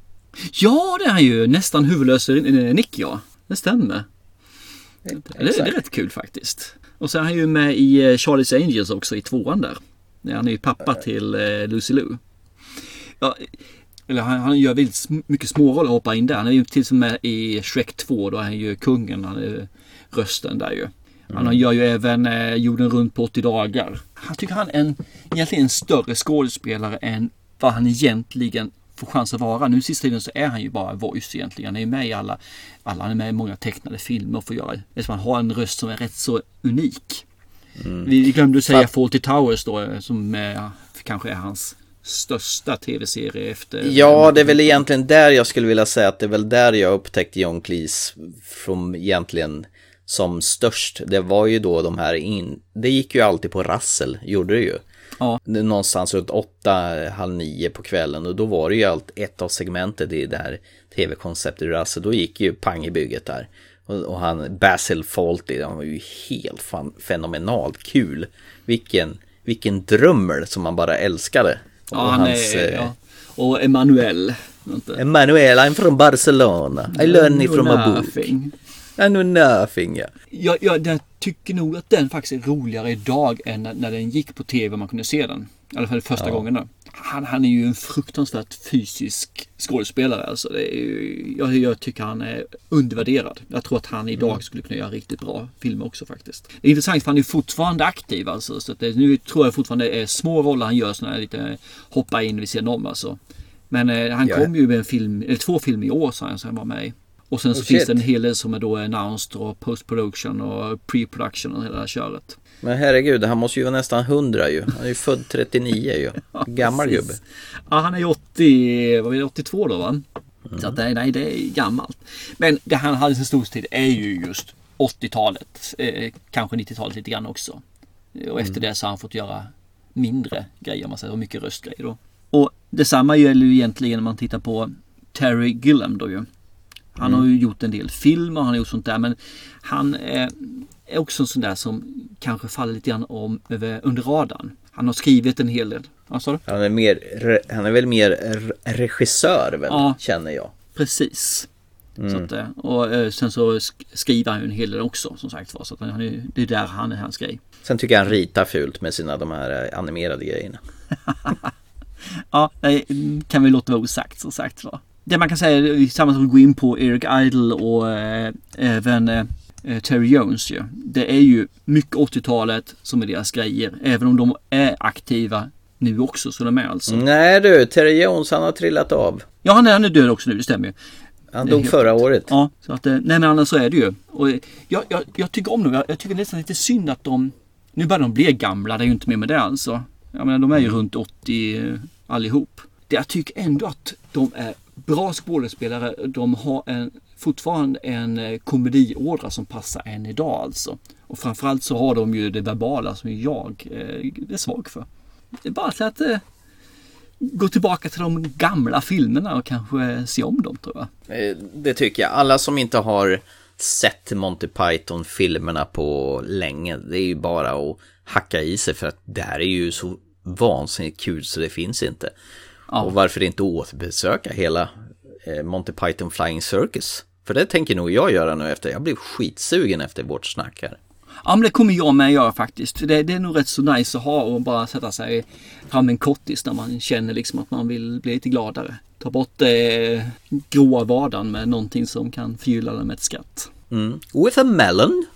Ja, det är ju nästan huvudlös Nick, ja. Det stämmer. Ja, det, det är rätt kul faktiskt. Och så är han ju med i Charlie's Angels också i tvåan där. Han är ju pappa till eh, Lucy Liu. Ja, eller han, han gör väldigt mycket småroller och hoppar in där. Han är ju till och med i Shrek två, då är han ju kungen, han är rösten där ju. Han mm. gör ju även eh, Jorden runt på åttio dagar. Han tycker han är en, egentligen en större skådespelare än vad han egentligen får chans att vara. Nu sista tiden så är han ju bara voice egentligen. Han är ju med i alla, alla han är med i många tecknade filmer och får göra. Eftersom han har en röst som är rätt så unik. Mm. Vi glömde säga Fast... Fawlty Towers då, som är, kanske är hans största tv-serie efter... Ja, det är väl egentligen där jag skulle vilja säga att det är väl där jag upptäckte John Cleese från egentligen som störst. Det var ju då de här in... Det gick ju alltid på Russell, gjorde det ju. Ja. Någonstans runt åtta, halv nio på kvällen, och då var det ju allt ett av segmentet i det här tv-konceptet i Russell. Då gick ju pang i bygget där. Och, och han, Basil Fawlty, han var ju helt fan, fenomenalt kul. Vilken, vilken drömmel som man bara älskade. Ja, och han hans, är, ja. Och Emanuel. Emanuel, I'm from Barcelona. I learned it from a book. I know nothing, ja. Jag, jag, jag tycker nog att den faktiskt är roligare idag än när, när den gick på tv och man kunde se den. I alla fall första ja. gången då. Han, han är ju en fruktansvärt fysisk skådespelare. Alltså det är ju, jag, jag tycker han är undervärderad. Jag tror att han idag mm. skulle kunna göra riktigt bra filmer också faktiskt. Det är intressant för han är fortfarande aktiv alltså. Så att det, nu tror jag fortfarande är små roller han gör, såna här lite hoppa in vid sidan om alltså. Men eh, han ja. kom ju med en film, eller två filmer i år så han, så han var med i. Och sen så oh, finns shit. det en hel del som är då announced och post-production och pre-production och hela det här köret. Men herregud, han måste ju vara nästan hundra ju. Han är ju född trettionio ju. Gammal gubbe. Ja, han är åttio, vad är det, åttiotvå då va? Mm. Så att nej, nej, det är gammalt. Men det han hade sin stortid är ju just åttiotalet. Eh, kanske nittiotalet lite grann också. Och efter mm. det så har han fått göra mindre grejer, om man säger, och mycket röstgrejer då. Och detsamma gäller ju egentligen när man tittar på Terry Gilliam då ju. Han mm. har ju gjort en del filmer, han har gjort sånt där, men han är, är också en sån där som kanske faller lite grann om över, under radarn. Han har skrivit en hel del. Ja, så han är mer, han är väl mer regissör väl, ja, känner jag. Precis. Mm. Så att, och sen så skriver han ju en hel del också, som sagt var, så att han är, det är där han är hans grej. Sen tycker jag han ritar fult med sina de här animerade grejerna. Ja, det kan vi låta vara osagt, som sagt var. Det man kan säga är samma som gå in på Eric Idle och äh, även äh, Terry Jones ju. Det är ju mycket åttiotalet som är deras grejer. Även om de är aktiva nu också, så de är alltså. Nej du, Terry Jones han har trillat av. Ja, han är, han är död också nu, det stämmer ju. Han dog förra rätt. året. Ja, så att, nej men annars så är det ju. Och jag, jag, jag tycker om dem, jag, jag tycker nästan lite synd att de, nu börjar de bli gamla, det är ju inte mer med det alltså. Jag menar, de är ju runt åttio allihop. Det, jag tycker ändå att de är bra skådespelare, de har en, fortfarande en komediådra som passar än idag alltså. Och framförallt så har de ju det verbala som jag eh, är svag för. Det är bara till att eh, gå tillbaka till de gamla filmerna och kanske se om dem, tror jag. Det tycker jag. Alla som inte har sett Monty Python-filmerna på länge, det är ju bara att hacka i sig, för att det här är ju så vansinnigt kul så det finns inte. Ja. Och varför inte återbesöka hela eh, Monty Python Flying Circus? För det tänker nog jag göra nu efter. Jag blev skitsugen efter vårt snack här. Ja, men det kommer jag med göra faktiskt. Det, det är nog rätt så nice att ha och bara sätta sig fram en kortis när man känner liksom att man vill bli lite gladare. Ta bort eh, gråa vardagen med någonting som kan fylla den med ett skratt. Mm. With a melon?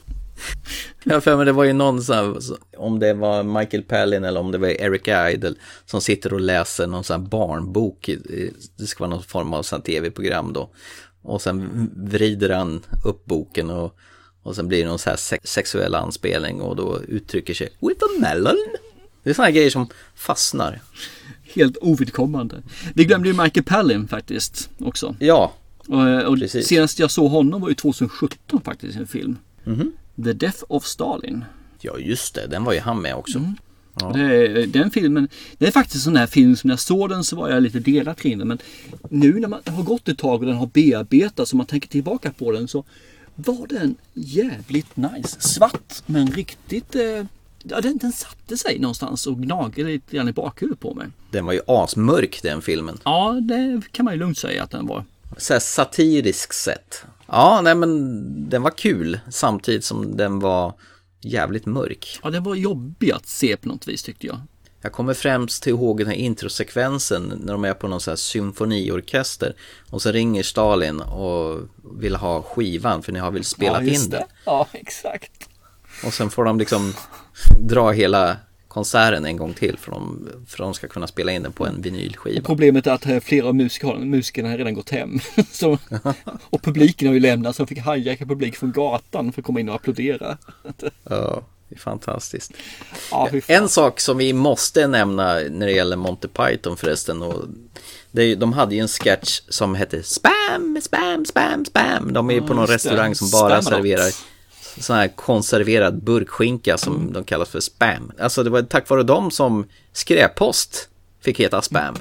Jag för mig det var ju någon sån här, om det var Michael Palin eller om det var Eric Idle som sitter och läser någon sån här barnbok. Det ska vara någon form av sån tv-program då. Och sen vrider han upp boken och, och sen blir det någon så här sex- sexuell anspelning och då uttrycker sig with a melon. Det är såna här grejer som fastnar. Helt ovidkommande. Vi glömde ju Michael Palin faktiskt också. Ja, och, och senast jag såg honom var ju tjugohundrasjutton faktiskt, en film. Mhm. The Death of Stalin. Ja just det, den var ju han med också. Mm. Ja. Det, den filmen, det är faktiskt en sån här film som när jag såg den så var jag lite delad kring den. Men nu när man har gått ett tag och den har bearbetats och man tänker tillbaka på den så var den jävligt nice. Svart men riktigt, eh, ja, den, den satte sig någonstans och gnagade lite grann i bakhuvudet på mig. Den var ju asmörk den filmen. Ja, det kan man ju lugnt säga att den var. Så här satirisk sätt. Ja, nej men den var kul samtidigt som den var jävligt mörk. Ja, den var jobbig att se på något vis tyckte jag. Jag kommer främst ihåg den här introsekvensen när de är på någon sån här symfoniorkester och så ringer Stalin och vill ha skivan för ni har väl spelat ja, just in det. den. Ja, exakt. Och sen får de liksom dra hela konserten en gång till för de, för de ska kunna spela in den på en vinylskiva. Och problemet är att flera av musiker, musikerna har redan gått hem. Så, och publiken har ju lämnat så de fick hajacka publik från gatan för att komma in och applådera. Ja, det är fantastiskt. Ja, en sak som vi måste nämna när det gäller Monty Python förresten, och det är, de hade ju en sketch som hette Spam, spam, spam, spam. De är ju på någon restaurang som bara serverar sån här konserverad burkskinka som mm. de kallas för spam. Alltså det var tack vare dem som skräppost fick heta spam.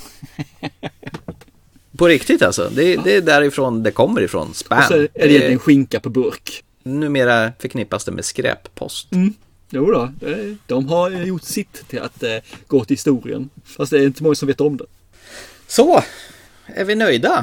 På riktigt alltså. Det, det är därifrån det kommer ifrån, spam. Och så är det, det en skinka på burk. Numera förknippas det med skräppost. Mm. Jo då, de har gjort sitt till att eh, gå till historien. Fast det är inte många som vet om det. Så, är vi nöjda?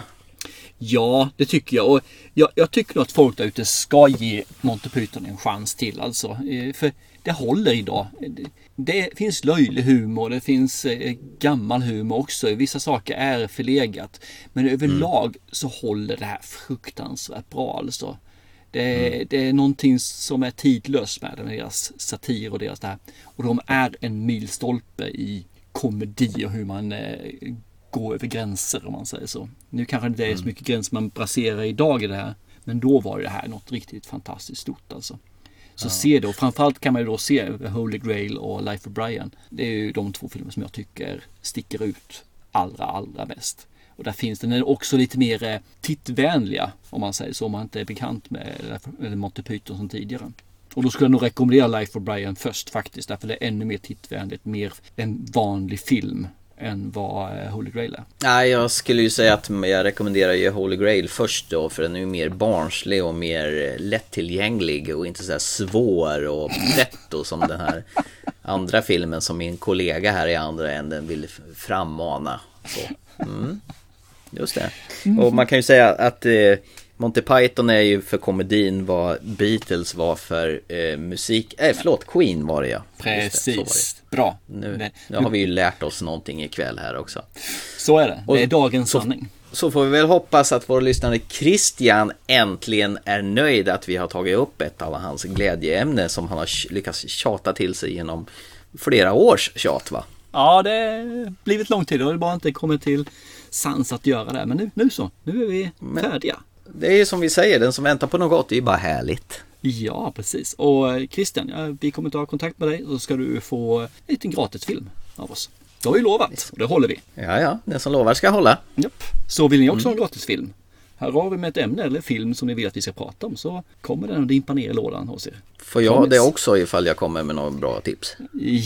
Ja, det tycker jag. Och jag, jag tycker nog att folk där ute ska ge Monty Python en chans till. Alltså. För det håller idag. Det, det finns löjlig humor, det finns eh, gammal humor också. Vissa saker är förlegat. Men överlag mm. så håller det här fruktansvärt bra. Alltså. Det, mm. det är någonting som är tidlöst med, med deras satir och deras det här. Och de är en milstolpe i komedi och hur man eh, går över gränser, om man säger så. Nu kanske det är så mycket gränser man baserar idag i det här. Men då var det här något riktigt fantastiskt stort alltså. Så ja. se det, och framförallt kan man ju då se Holy Grail och Life of Brian. Det är ju de två filmer som jag tycker sticker ut allra, allra mest. Och där finns den också lite mer tittvänliga, om man säger så, om man inte är bekant med Monty Python som tidigare. Och då skulle jag nog rekommendera Life of Brian först faktiskt, därför det är ännu mer tittvänligt, mer en vanlig film än vad Holy Grail är. Nej, jag skulle ju säga att jag rekommenderar ju Holy Grail först då, för den är ju mer barnslig och mer lättillgänglig och inte så här svår och pretto som den här andra filmen som min kollega här i andra änden vill frammana. Så. Mm. Just det. Och man kan ju säga att eh, Monty Python är ju för komedin vad Beatles var för eh, musik. Eh, förlåt, Queen var det ja. Precis, det, det. Bra. Nu, nu har vi ju lärt oss någonting ikväll här också. Så är det, det är dagens så, sanning. Så får vi väl hoppas att vår lyssnare Christian äntligen är nöjd att vi har tagit upp ett av hans glädjeämne som han har lyckats tjata till sig genom flera års tjat, va? Ja, det har blivit lång tid och det har bara inte kommit till sans att göra det. Men nu, nu så, nu är vi Men färdiga. Det är som vi säger, den som väntar på något gott är ju bara härligt. Ja, precis. Och Christian, ja, vi kommer att ha kontakt med dig och så ska du få en liten gratisfilm av oss. Det har vi lovat och det håller vi. Ja, ja, den som lovar ska hålla. Japp. Så vill ni också mm. ha en gratisfilm? Här har vi med ett ämne eller film som ni vill att vi ska prata om, så kommer den och dimpa ner i lådan hos er. Får jag Promise. Det också ifall jag kommer med några bra tips?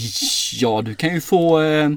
Ja, du kan ju få eh,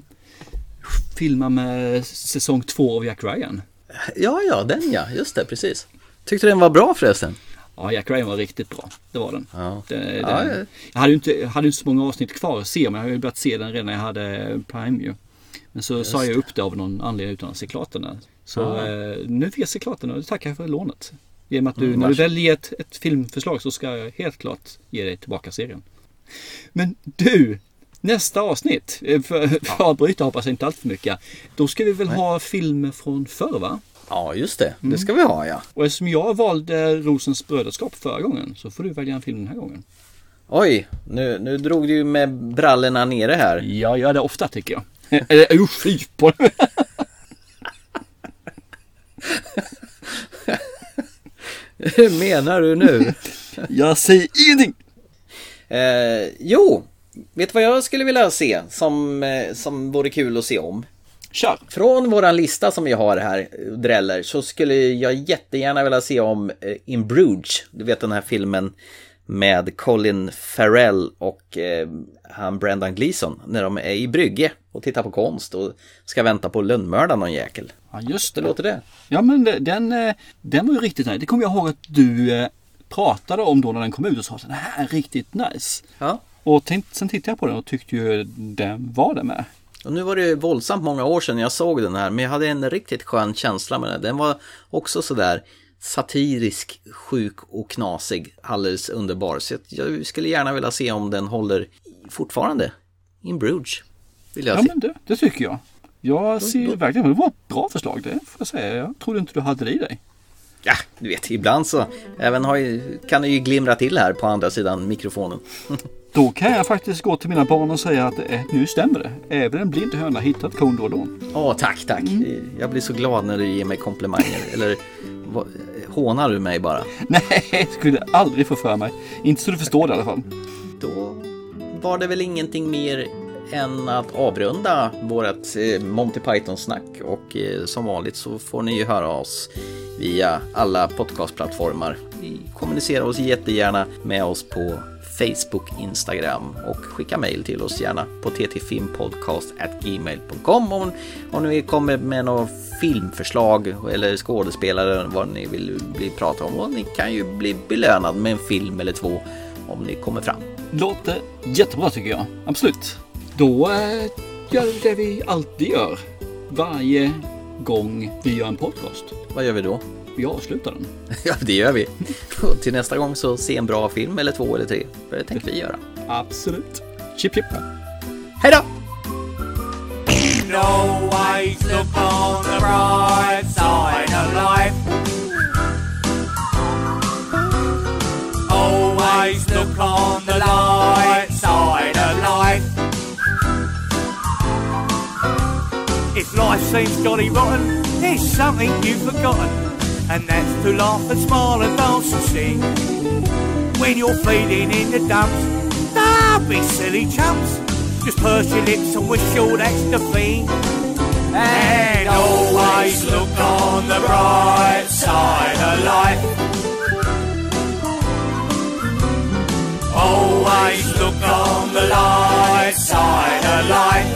filma med säsong två av Jack Ryan. Ja, ja, den ja, just det, precis. Tyckte den var bra förresten? Ja, Jack Ryan var riktigt bra. Det var den. Ja. Det, det, ja, ja. Jag hade ju inte, hade inte så många avsnitt kvar att se, men jag hade ju börjat se den redan när jag hade Prime ju. Men så Just sa jag upp det av någon anledning utan att se klart den. Så ah. eh, nu fick jag se klart den och tackar för lånet. Genom att du, mm, när du väljer ett, ett filmförslag så ska jag helt klart ge dig tillbaka serien. Men du, nästa avsnitt, för, för att bryta hoppas jag inte allt för mycket. Då ska vi väl Nej. ha filmer från förr, va? Ja, just det. Det ska vi ha, ja. Och eftersom jag valde Rosens brödraskap förra gången så får du välja en film den här gången. Oj, nu, nu drog du ju med brallorna nere här. Ja, jag gör det ofta tycker jag. Eller, uh, fy på det. Hur menar du nu? Jag säger ingenting. Eh, jo, vet du vad jag skulle vilja se som, eh, som vore kul att se om? Kör. Från våran lista som vi har här, Dreller, så skulle jag jättegärna vilja se om eh, In Bruges. Du vet den här filmen med Colin Farrell och eh, han Brendan Gleeson när de är i Brygge och tittar på konst och ska vänta på lönnmördaren någon jäkel. Ja, just det. Det låter det. Ja, men den, den var ju riktigt nice. Det kommer jag ihåg att du pratade om då när den kom ut och sa att den här är riktigt nice. Ja. Och tänk, sen tittade jag på den och tyckte ju den var det med. Och nu var det våldsamt många år sedan jag såg den här, men jag hade en riktigt skön känsla med den. Den var också sådär satirisk, sjuk och knasig, alldeles underbar. Så jag skulle gärna vilja se om den håller fortfarande. In Bruges vill jag ja, se. Men det, det tycker jag. Jag ser då, då. verkligen, det var ett bra förslag det får jag säga. Jag trodde inte du hade det i dig. Ja, du vet, ibland så även har ju, kan det ju glimra till här på andra sidan mikrofonen. Då kan jag faktiskt gå till mina barn och säga att eh, nu stämmer det. Även en blind höna hittat kon då och då. Åh, tack, tack. Mm. Jag blir så glad när du ger mig komplimanger. Eller vad, hånar du mig bara? Nej, skulle aldrig få för mig. Inte så du förstår det i alla fall. Då var det väl ingenting mer än att avrunda vårt eh, Monty Python-snack. Och eh, som vanligt så får ni ju höra oss via alla podcastplattformar. Kommunicera oss jättegärna med oss på Facebook, Instagram och skicka mejl till oss gärna på t t filmpodcast at gmail dot com om, om ni kommer med några filmförslag eller skådespelare vad ni vill bli prata om. Och ni kan ju bli belönad med en film eller två om ni kommer fram. Låter jättebra tycker jag, absolut. Då äh, gör vi det vi alltid gör varje gång vi gör en podcast. Vad gör vi då? Vi avslutar den. Ja, det gör vi. Och till nästa gång så se en bra film eller två eller tre. För det tänker vi göra. Absolut. Chip chip. Hej då! Always look on the bright side of life. Always look on the light side of life. If life seems jolly rotten, there's something you've forgotten. And that's to laugh and smile and dance and sing. When you're feeling in the dumps, don't be silly chumps. Just purse your lips and wish sure that's the thing. And always look on the bright side of life. Always look on the light side of life.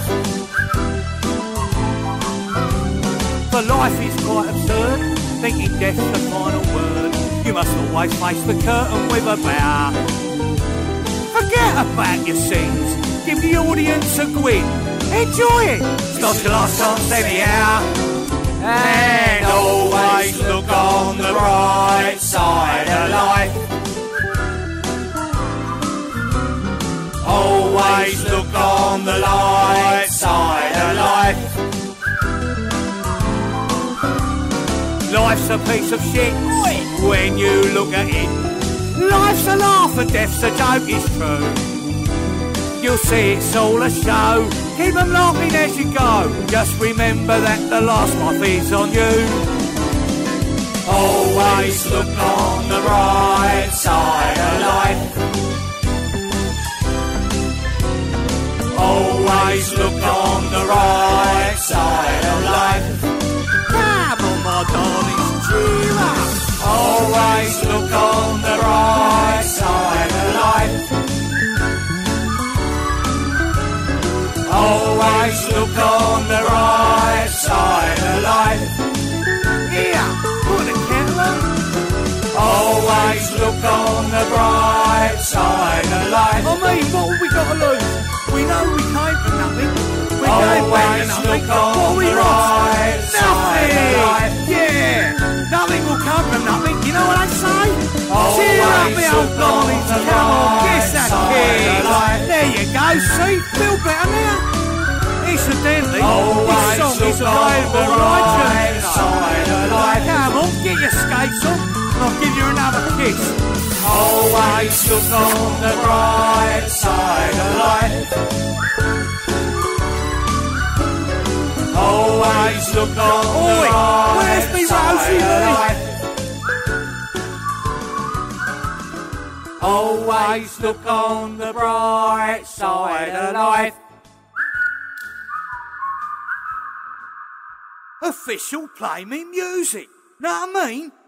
For life is quite absurd, thinking death's the final word. You must always face the curtain with a bow. Forget about your sins, give the audience a grin. Enjoy it, it's not your last chance anyhow. And always look on the bright side of life. Always look on the light side of life. Life's a piece of shit when you look at it. Life's a laugh and death's a joke, it's true. You'll see it's all a show. Keep them laughing as you go. Just remember that the last laugh is on you. Always look on the right side of life. Always look on the right side of life. Come on, my darlings, cheer up. Always look on the right side of life. Always look on the right side of life. Here, put a kettle on. Always look on the bright side of life. I mean, what have we got to lose? We know we came for nothing. We came back to nothing. What have we lost? Nothing! Yeah! Nothing will come from nothing. You know what I say? Cheer up, me old darlings. Come on, kiss that kid. There you go, see? Feel better now? Incidentally, this song is available on iTunes. Come on, get your skates on, and I'll give you another kiss. Always look on the bright side of life. Always look on the right side of life. Always look on the bright side of life. Official Play Me music. Know what I mean?